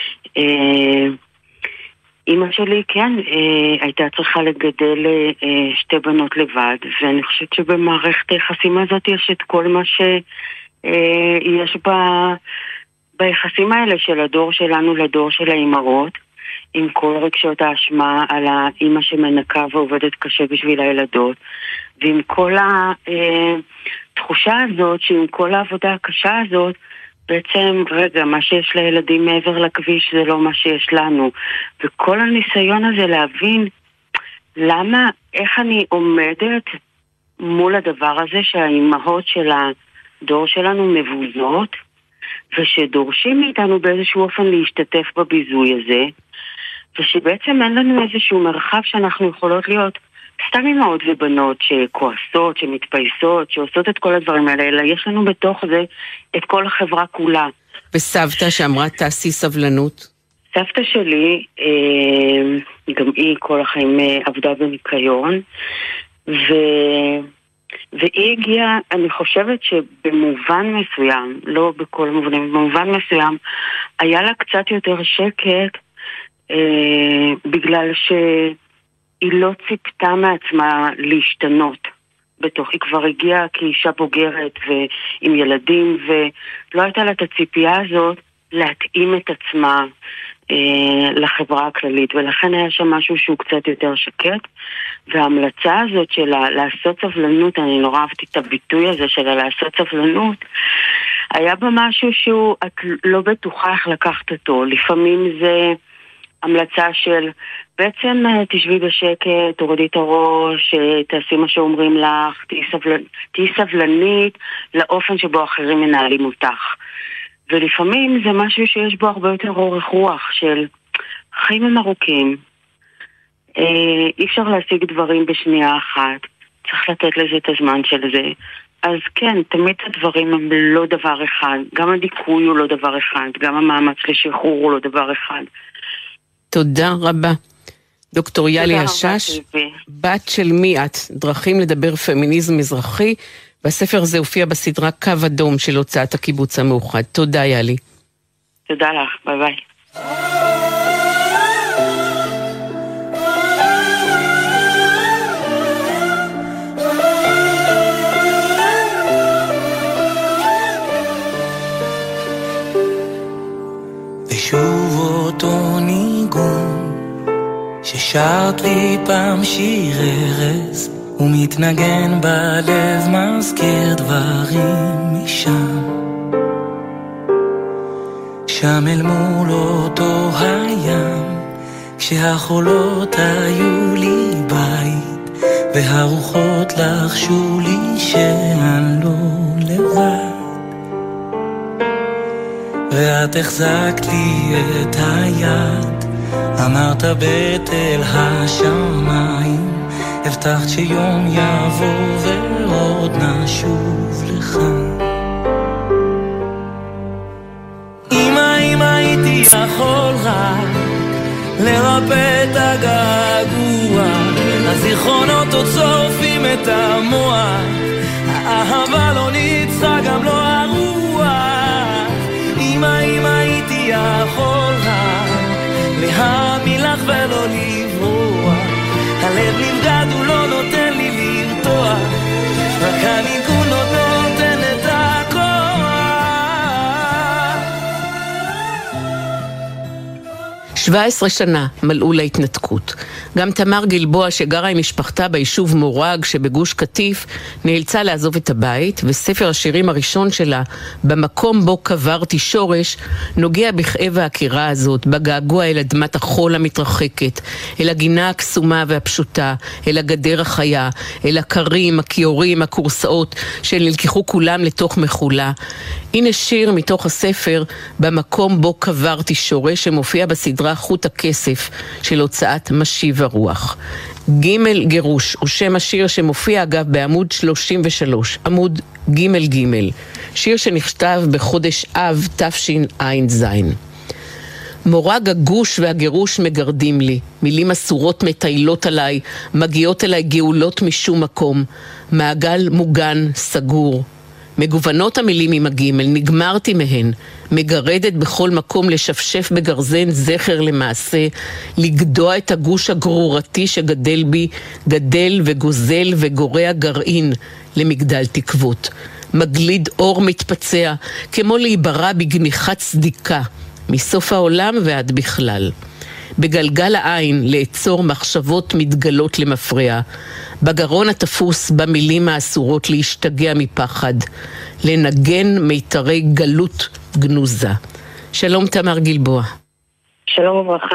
אמא שלי, כן, הייתה צריכה לגדל שתי בנות לבד, ואני חושבת שבמערכת היחסים הזאת יש את כל מה שיש בה, ביחסים האלה של הדור שלנו לדור של האימהות, עם כל רגשות האשמה על האמא שמנקה ועובדת קשה בשביל הילדות, ועם כל התחושה הזאת שעם כל העבודה הקשה הזאת, בעצם, רגע, מה שיש לילדים מעבר לכביש זה לא מה שיש לנו. וכל הניסיון הזה להבין למה, איך אני עומדת מול הדבר הזה שהאימהות של הדור שלנו מבוזות, ושדורשים מאיתנו באיזשהו אופן להשתתף בביזוי הזה, ושבעצם אין לנו איזשהו מרחב שאנחנו יכולות להיות סתם אמהות ובנות שכועסות, שמתפייסות, שעושות את כל הדברים האלה, אלא יש לנו בתוך זה את כל החברה כולה. וסבתא שאמרה תעשי סבלנות? סבתא שלי, גם היא כל החיים עבדה בניקיון, ו... והיא הגיעה, אני חושבת שבמובן מסוים, לא בכל המובנים, במובן מסוים, היה לה קצת יותר שקט, בגלל ש... היא לא ציפתה מעצמה להשתנות בתוך, היא כבר הגיעה כאישה בוגרת ועם ילדים, ולא הייתה לה את הציפייה הזאת להתאים את עצמה אה, לחברה הכללית, ולכן היה שם משהו שהוא קצת יותר שקט. וההמלצה הזאת שלה לעשות סבלנות, אני נורא אהבתי את הביטוי הזה שלה לעשות סבלנות, היה בה משהו שהוא את לא בטוחה איך לקחת אותו. לפעמים זה המלצה של בעצם תשבי בשקט, תורידי את הראש, תעשי מה שאומרים לך, תהי סבלנ... תהי סבלנית לאופן שבו אחרים מנהלים אותך. ולפעמים זה משהו שיש בו הרבה יותר אורך רוח של חיים הם ארוכים, אי אפשר להשיג דברים בשנייה אחת, צריך לתת לזה את הזמן של זה. אז כן, תמיד הדברים הם לא דבר אחד, גם הדיכוי הוא לא דבר אחד, גם המאמץ לשחרור הוא לא דבר אחד. תודה רבה. דוקטור יאלי השש, בת של מי את? דרכים לדבר פמיניזם מזרחי, והספר הזה הופיע בסדרה קו אדום של הוצאת הקיבוץ המאוחד. תודה יאלי. תודה לך, ביי ביי. ושוב אותו ניגון ששרת לי פעם שיר ארז ומתנגן בלב, מזכיר דברים משם, שם אל מול אותו הים, כשהחולות היו לי בית והרוחות לחשו לי שאני לא לבד, ואת החזקת לי את היד, אמרת בתל השמיים, הבטחת שיום יבוא ועוד נשוב לך. אמא, אמא, הייתי יכול רק לרפא את הגעגוע, הזיכרונות עוד שורפים את המוח, האהבה לא ניצחה גם לא הרוח. אמא אמא הייתי יכול להאמין לך ולא לברוח, הלב נבגד הוא לא נותן לי לרתוח, רק הניגון עוד נותן את הכוח. שבע עשרה שנה מלאו להתנתקות. גם תמר גלבוע שגרה עם משפחתה ביישוב מורג שבגוש קטיף נאלצה לעזוב את הבית, וספר השירים הראשון שלה, במקום בו קברתי שורש, נוגע בכאב העקירה הזאת, בגעגוע אל אדמת החול המתרחקת, אל הגינה הקסומה והפשוטה, אל הגדר החיה, אל הקרים, הכיורים, הקורסאות שנלקחו כולם לתוך מחולה. הנה שיר מתוך הספר במקום בו קברתי שורש, שמופיע בסדרה חוט הכסף של הוצאת משיב הרוח. ג' גירוש הוא שם השיר שמופיע אגב בעמוד שלושים ושלוש, עמוד ג' ג', שיר שנכתב בחודש אב תשע"ז. מורג הגוש והגירוש מגרדים לי, מילים אסורות מטיילות עליי, מגיעות אליי גאולות משום מקום, מעגל מוגן, סגור. מגוונות המילים עם הגימל, נגמרתי מהן, מגרדת בכל מקום לשפשף בגרזן זכר למעשה, לגדוע את הגוש הגרורתי שגדל בי, גדל וגוזל וגורע גרעין למגדל תקוות. מגליד אור מתפצע, כמו להיברא בגניחת צדיקה, מסוף העולם ועד בכלל. בגלגל העין לעצור מחשבות מתגלות למפרע, בגרון התפוס במילים האסורות להשתגע מפחד, לנגן מיתרי גלות גנוזה. שלום תמר גלבוע. שלום וברכה.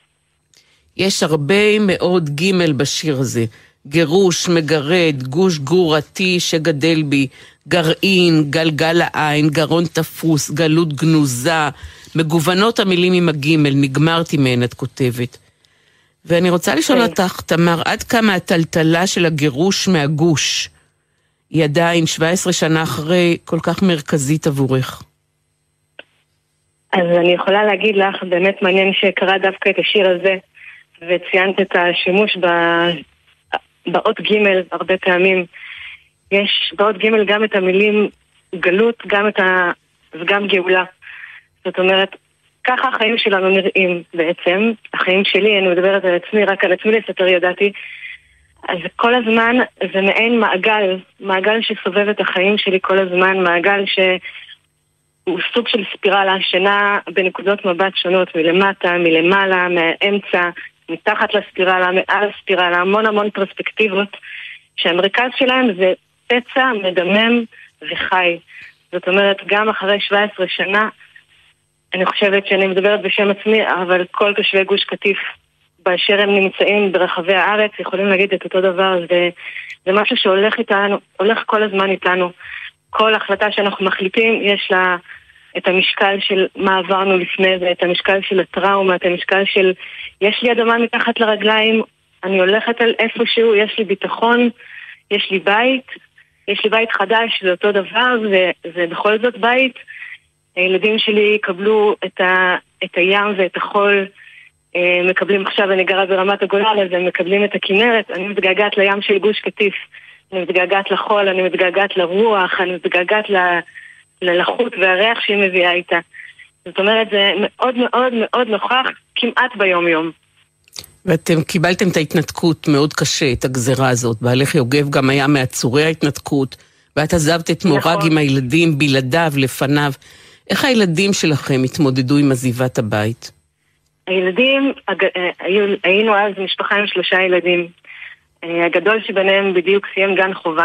יש הרבה מאוד גימל בשיר הזה. גירוש, מגרד, גוש גרורתי שגדל בי, גרעין, גלגל העין, גרון תפוס, גלות גנוזה, מגוונות המילים עם הגימל, נגמרתי מהן, את כותבת. ואני רוצה לשאול אותך, תמר, עד כמה הטלטלה של הגירוש מהגוש היא עדיין שבע עשרה שנה אחרי כל כך מרכזית עבורך? אז אני יכולה להגיד לך, באמת מעניין שקרא דווקא את השיר הזה, וציינת את השימוש ב... באות ג' הרבה פעמים. יש באות ג' גם את המילים גלות, גם את ה... וגם גאולה. זאת אומרת, ככה החיים שלנו נראים בעצם. החיים שלי, אני מדברת על עצמי, רק על עצמי לספר ידעתי. אז כל הזמן זה מעין מעגל, מעגל שסובב את החיים שלי כל הזמן, מעגל שהוא סוג של ספירלה, שנע בנקודות מבט שונות, מלמטה, מלמעלה, מהאמצע, מתחת לספירלה, מעל הספירלה, המון המון פרספקטיבות, שהמרכז שלהם זה פצע מדמם וחי. זאת אומרת, גם אחרי שבע עשרה שנה, אני חושבת שאני מדברת בשם עצמי, אבל כל תושבי גוש קטיף, באשר הם נמצאים ברחבי הארץ, יכולים להגיד את אותו דבר. זה, זה משהו שהולך איתנו, הולך כל הזמן איתנו. כל החלטה שאנחנו מחליטים, יש לה את המשקל של מה עברנו לפני זה, את המשקל של הטראומה, את המשקל של יש לי אדמה מתחת לרגליים, אני הולכת על איפשהו, יש לי ביטחון, יש לי בית, יש לי בית חדש, זה אותו דבר, זה, זה בכל זאת בית. הילדים שלי יקבלו את, ה, את הים ואת החול, מקבלים עכשיו, אני גרה ברמת הגולן, אז הם מקבלים את הכנרת. אני מתגעגעת לים של גוש קטיף, אני מתגעגעת לחול, אני מתגעגעת לרוח, אני מתגעגעת ל, ללחות והריח שהיא מביאה איתה. זאת אומרת, זה מאוד מאוד מאוד נוכח כמעט ביום יום. ואתם קיבלתם את ההתנתקות מאוד קשה, את הגזרה הזאת. בעלך יוגב גם היה מעצורי ההתנתקות, ואת עזבת את מורג נכון. עם הילדים בלעדיו, לפניו. איך הילדים שלכם התמודדו עם עזיבת הבית? הילדים, היינו אז משפחה עם שלושה ילדים. הגדול שביניהם בדיוק סיים גן חובה,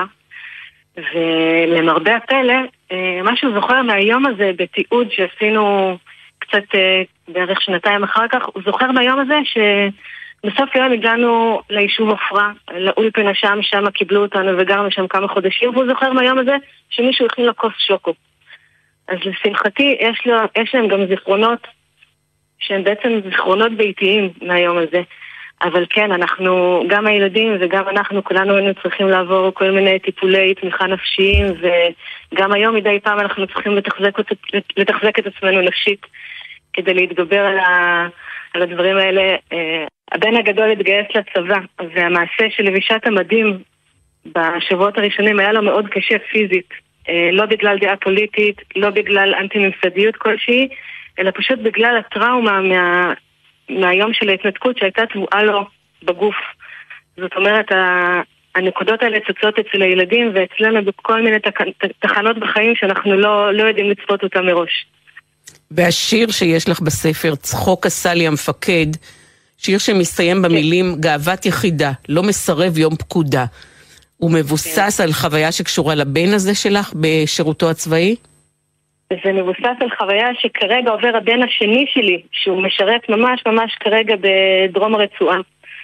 ולמרבה הפלא, מה שהוא זוכר מהיום הזה בתיעוד שעשינו קצת בערך שנתיים אחר כך, הוא זוכר מהיום הזה שבסוף יום הגענו ליישוב עפרה, לאולפנה שם, שם קיבלו אותנו וגרנו שם כמה חודשים, והוא זוכר מהיום הזה שמישהו הכין לו כוס שוקו. אז לשמחתי יש, לו, יש להם גם זיכרונות שהם בעצם זיכרונות ביתיים מהיום הזה. אבל כן, אנחנו, גם הילדים וגם אנחנו, כולנו היינו צריכים לעבור כל מיני טיפולי תמיכה נפשיים, וגם היום מדי פעם אנחנו צריכים לתחזק, לתחזק את עצמנו נפשית, כדי להתגבר על, ה, על הדברים האלה. הבן הגדול התגייס לצבא, והמעשה של לבישת המדים בשבועות הראשונים היה לו מאוד קשה פיזית. לא בגלל דעה פוליטית, לא בגלל אנטי-ממסדיות כלשהי, אלא פשוט בגלל הטראומה מה, מהיום של ההתנתקות שהייתה תבואה לו בגוף. זאת אומרת, הנקודות האלה צוצות אצל הילדים ואצלנו בכל מיני תחנות בחיים שאנחנו לא, לא יודעים לצפות אותם מראש. והשיר שיש לך בספר, צחוק עשה לי המפקד, שיר שמסתיים במילים גאוות יחידה, לא מסרב יום פקודה. הוא מבוסס על חוויה שקשורה לבן הזה שלך בשירותו הצבאי? זה מבוסס על חוויה שכרגע עובר הבן השני שלי, שהוא משרת ממש ממש כרגע בדרום הרצועה.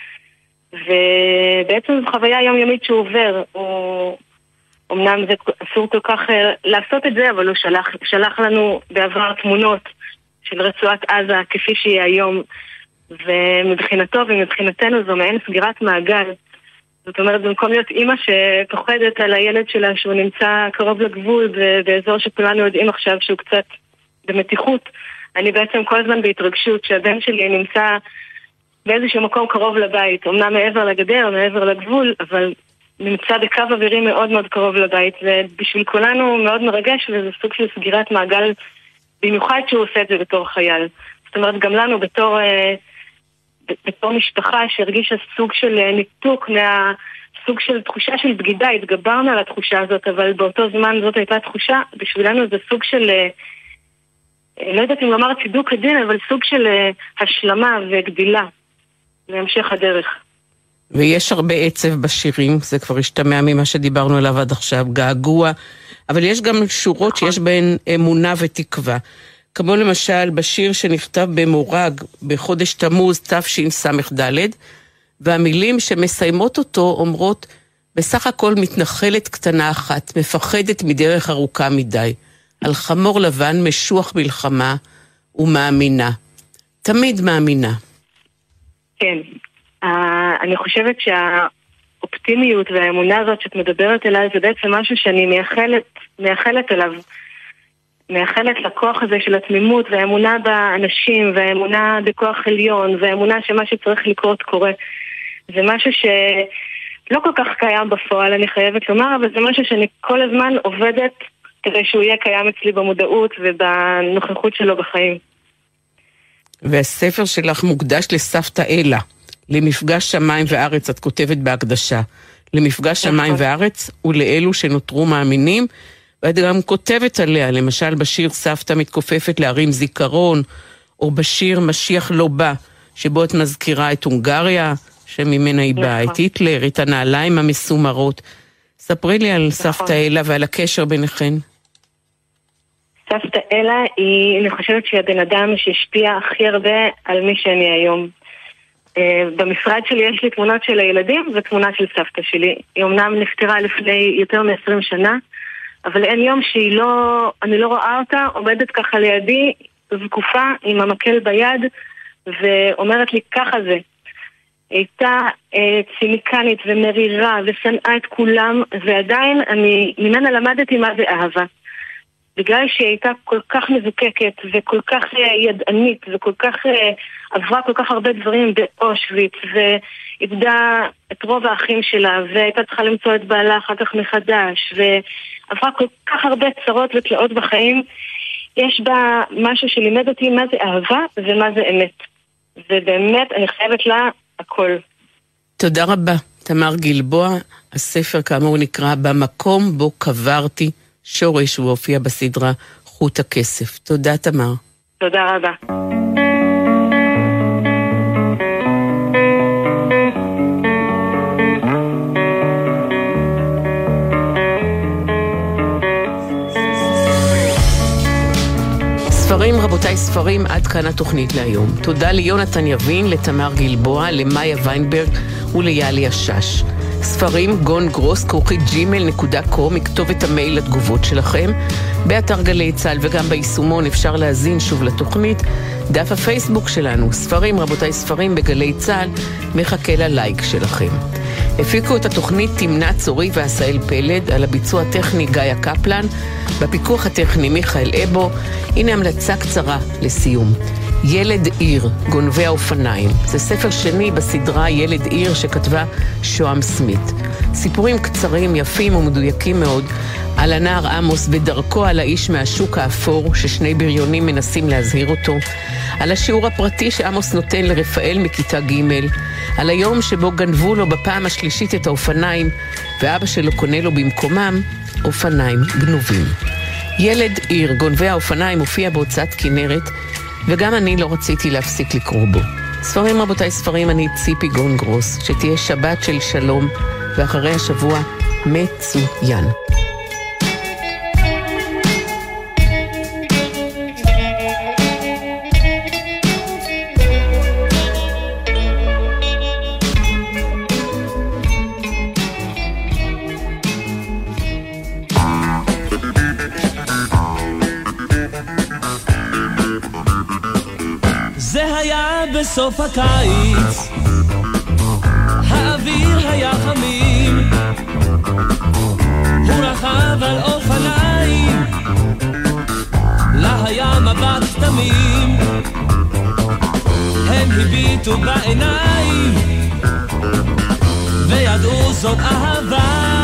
ובעצם זו חוויה יומיומית שהוא עובר. הוא... אמנם זה אסור כל כך לעשות את זה, אבל הוא שלח, שלח לנו בעבר תמונות של רצועת עזה כפי שהיא היום. ומבחינתו ומבחינתנו זו מעין סגירת מעגל. זאת אומרת, במקום להיות אימא שפוחדת על הילד שלה שהוא נמצא קרוב לגבול באזור שכולנו יודעים עכשיו שהוא קצת במתיחות, אני בעצם כל הזמן בהתרגשות שהבן שלי נמצא באיזשהו מקום קרוב לבית, אמנם מעבר לגדר, מעבר לגבול, אבל נמצא בקו אווירי מאוד מאוד קרוב לבית, ובשביל כולנו מאוד מרגש, וזה סוג של סגירת מעגל, במיוחד שהוא עושה את זה בתור חייל. זאת אומרת, גם לנו בתור... בתור משפחה שהרגישה סוג של ניתוק מהסוג של תחושה של בגידה, התגברנו על התחושה הזאת, אבל באותו זמן זאת הייתה תחושה, בשבילנו זה סוג של, לא יודעת אם לומר צידוק הדין, אבל סוג של השלמה וגדילה להמשך הדרך. ויש הרבה עצב בשירים, זה כבר השתמע ממה שדיברנו עליו עד עכשיו, געגוע, אבל יש גם שורות שיש בהן אמונה ותקווה. כמו למשל בשיר שנכתב במורג בחודש תמוז תשס"ד, והמילים שמסיימות אותו אומרות, בסך הכל מתנחלת קטנה אחת, מפחדת מדרך ארוכה מדי, על חמור לבן משוח מלחמה ומאמינה. תמיד מאמינה. כן, אני חושבת שהאופטימיות והאמונה הזאת שאת מדברת אליי, זה בעצם משהו שאני מייחלת, מייחלת אליו. מאחלת לכוח הזה של התמימות והאמונה באנשים והאמונה בכוח עליון והאמונה שמה שצריך לקרות קורה. זה משהו שלא כל כך קיים בפועל, אני חייבת לומר, אבל זה משהו שאני כל הזמן עובדת כדי שהוא יהיה קיים אצלי במודעות ובנוכחות שלו בחיים. והספר שלך מוקדש לסבתא אלה, למפגש שמיים וארץ, את כותבת בהקדשה, למפגש שמיים וארץ ולאלו שנותרו מאמינים, ואת גם כותבת עליה, למשל בשיר סבתא מתכופפת להרים זיכרון, או בשיר משיח לא בא, שבו את מזכירה את הונגריה, שממנה היא באה, את היטלר, את הנעליים המסומרות. ספרי לי על סבתא אלה ועל הקשר ביניכן. סבתא אלה היא, אני חושבת שהיא הבן אדם שהשפיע הכי הרבה על מי שאני היום. במשרד שלי יש לי תמונות של הילדים ותמונה של סבתא שלי. היא אמנם נפטרה לפני יותר מ-עשרים שנה, אבל אין יום שהיא לא, אני לא רואה אותה, עומדת ככה לידי, זקופה עם המקל ביד, ואומרת לי ככה זה. היא הייתה אה, ציניקנית ומרירה ושנאה את כולם, ועדיין אני ממנה למדתי מה זה אהבה. בגלל שהיא הייתה כל כך מזוקקת וכל כך אה, ידענית וכל כך אה, עברה כל כך הרבה דברים באושוויץ ואיבדה את רוב האחים שלה והייתה צריכה למצוא את בעלה אחר כך מחדש ועברה כל כך הרבה צרות ותלאות בחיים. יש בה משהו שלימד אותי מה זה אהבה ומה זה אמת, ובאמת אני חייבת לה הכל. תודה רבה תמר גלבוע. הספר כאמור נקרא במקום בו קברתי שורש, הוא הופיע בסדרה חוט הכסף. תודה תמר. תודה רבה. ספרים, רבותיי, ספרים, עד כאן התוכנית להיום. תודה ליונתן יבין, לתמר גלבוע, למאיה ויינברג וליאלי השש. ספרים גון גרוס כרוכית ג'ימייל נקודה קום, מכתובת המייל לתגובות שלכם. באתר גלי צה"ל וגם ביישומון אפשר להזין שוב לתוכנית. דף הפייסבוק שלנו, ספרים, רבותיי, ספרים בגלי צה"ל, מחכה ללייק שלכם. הפיקו את התוכנית תמנה צורי ועשאל פלד, על הביצוע הטכני גיא קפלן, בפיקוח הטכני מיכאל אבו. הנה המלצה קצרה לסיום. ילד עיר, גונבי האופניים. זה ספר שני בסדרה ילד עיר שכתבה שואם סמית. סיפורים קצרים, יפים ומדויקים מאוד על הנער עמוס בדרכו על האיש מהשוק האפור ששני בריונים מנסים להזהיר אותו, על השיעור הפרטי שעמוס נותן לרפאל מכיתה ג', על היום שבו גנבו לו בפעם השלישית את האופניים ואבא שלו קונה לו במקומם אופניים גנובים. ילד עיר, גונבי האופניים, מופיע בהוצאת כנרת, וגם אני לא רציתי להפסיק לקרוא בו. ספרים רבותיי ספרים, אני ציפי גונגרוס, שתהיה שבת של שלום, ואחרי השבוע מצוין. בסוף הקיץ האוויר היה חמים, הוא רכב על אופניים, לה היה מבט תמים, הם הביטו בעיניים וידעו זאת אהבה,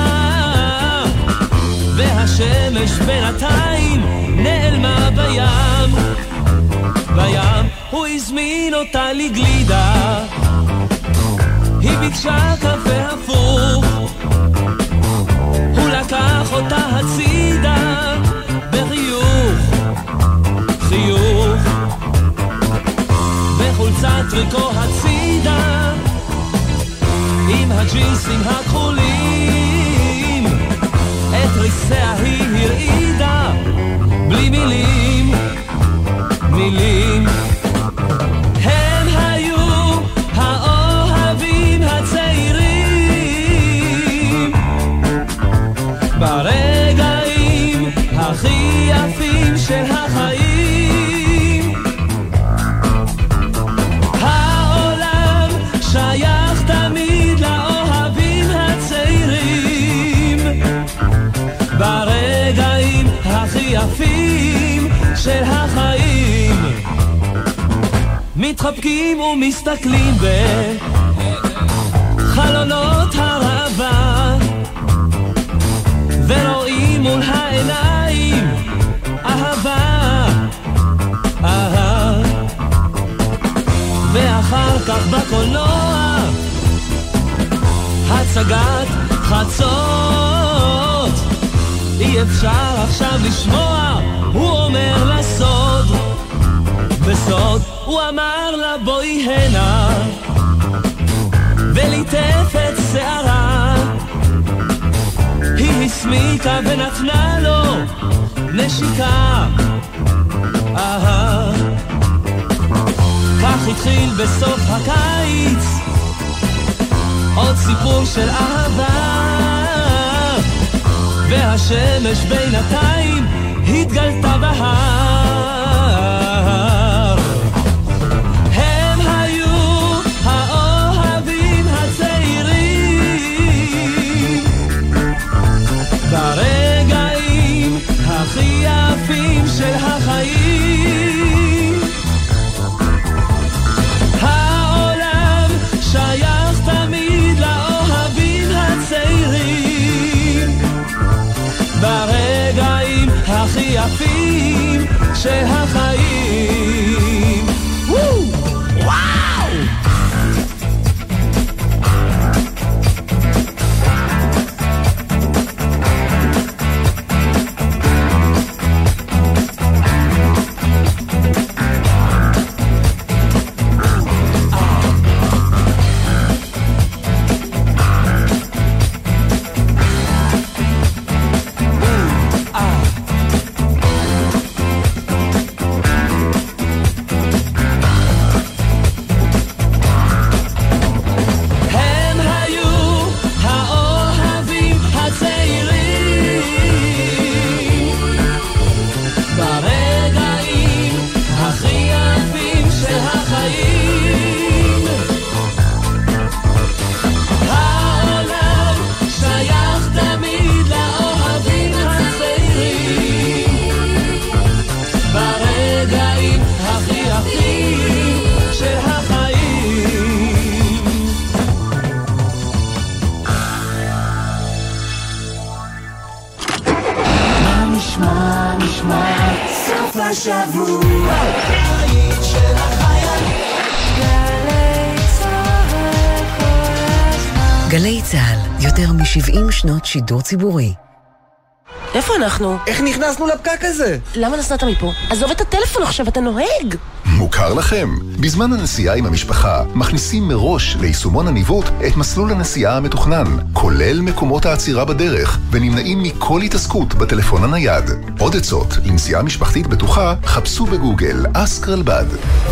והשמש בינתיים נעלמה בים. בים הוא הזמין אותה לגלידה, היא ביקשה קפה הפוך, הוא לקח אותה הצידה בחיוך, חיוך, בחולצת טריקו הצידה עם הג'ינסים הכחולים, את ריסיה היא הרעידה בלי מילים, מילים. הם היו האוהבים הצעירים ברגעים הכי יפים של החיים. העולם שייך תמיד לאוהבים הצעירים ברגעים הכי יפים של החיים. מתחבקים ומסתכלים בחלונות הרבה ורואים מול העיניים אהבה, אהה, ואחר כך בקולנוע הצגת חצות, אי אפשר עכשיו לשמוע, הוא אומר לסוד, בסוד הוא אמר לה בואי הנה וליטף את שערה, היא הסמיקה ונתנה לו נשיקה, אהה. כך התחיל בסוף הקיץ עוד סיפור של אהבה, והשמש בינתיים התגלתה בהר. הם היו האוהבים הצעירים ברגעים הכי יפים של החיים. העולם שייך תמיד לאוהבים הצעירים ברגעים הכי יפים של החיים. וואו! נשמע, נשמע סוף השבוע בית של החיילים גלי צהל כל הזמן. גלי צהל, יותר מ-שבעים שנות שידור ציבורי. איפה אנחנו? איך נכנסנו לפקק הזה? למה נסעת מפה? עזוב את הטלפון עכשיו, אתה נוהג. מוכר לכם. בזמן הנסיעה עם המשפחה, מכניסים מראש ליישומון הניווט את מסלול הנסיעה המתוכנן, כולל מקומות העצירה בדרך, ונמנעים מכל התעסקות בטלפון הנייד. עוד עצות לנסיעה משפחתית בטוחה, חפשו בגוגל אסק רלב"ד.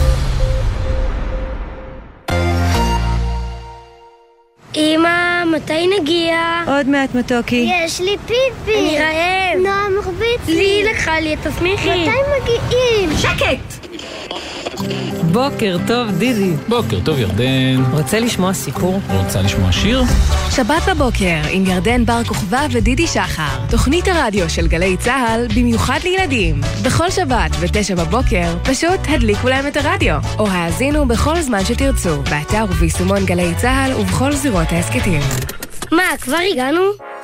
אמא, מתי נגיע? עוד מעט מתוקי. יש לי פיפי. אני רעב. נועם מחביץ לי. לי לקחה לי את הסמיכי. מתי מגיעים? שקט! בוקר טוב דידי. בוקר טוב ירדן. רוצה לשמוע סיפור? רוצה לשמוע שיר? שבת בבוקר עם ירדן בר כוכבא ודידי שחר. תוכנית הרדיו של גלי צהל במיוחד לילדים. בכל שבת ותשע בבוקר פשוט הדליקו להם את הרדיו. או האזינו בכל זמן שתרצו. באתר וביישומון גלי צהל ובכל זירות העסקתים. מה, כבר הגענו?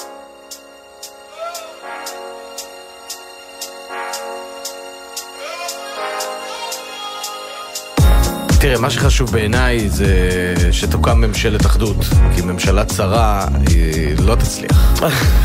תראה, מה שחשוב בעיניי זה שתוקם ממשלת אחדות, כי ממשלה צרה היא לא תצליח.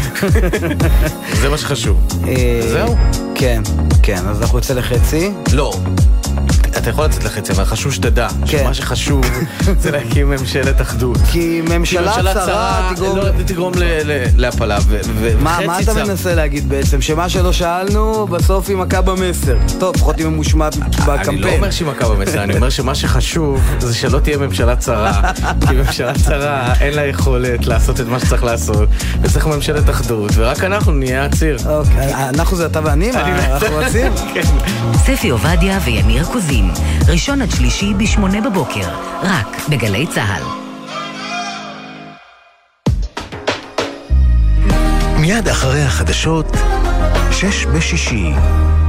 זה מה שחשוב. זהו? כן, כן, אז אנחנו יוצא לחצי. לא. אתה יכול לצאת לחצי, אבל חשוב שתדע שמה שחשוב זה להקים ממשלת אחדות. כי ממשלה צרה תגרום להפלה. מה אתה מנסה להגיד בעצם? שמה שלא שאלנו בסוף היא מכה במסר. טוב, פחות היא ממושמעת בקמפיין. אני לא אומר שהיא מכה במסר, אני אומר שמה שחשוב זה שלא תהיה ממשלה צרה. כי ממשלה צרה אין לה יכולת לעשות את מה שצריך לעשות, וצריך ממשלת אחדות, ורק אנחנו נהיה הציר. אוקיי, אנחנו זה אתה ואני, אנחנו רוצים? ספי עובדיה ויניר קוזין, ראשון עד שלישי בשמונה בבוקר, רק בגלי צהל. מיד אחרי החדשות, שש בשישי.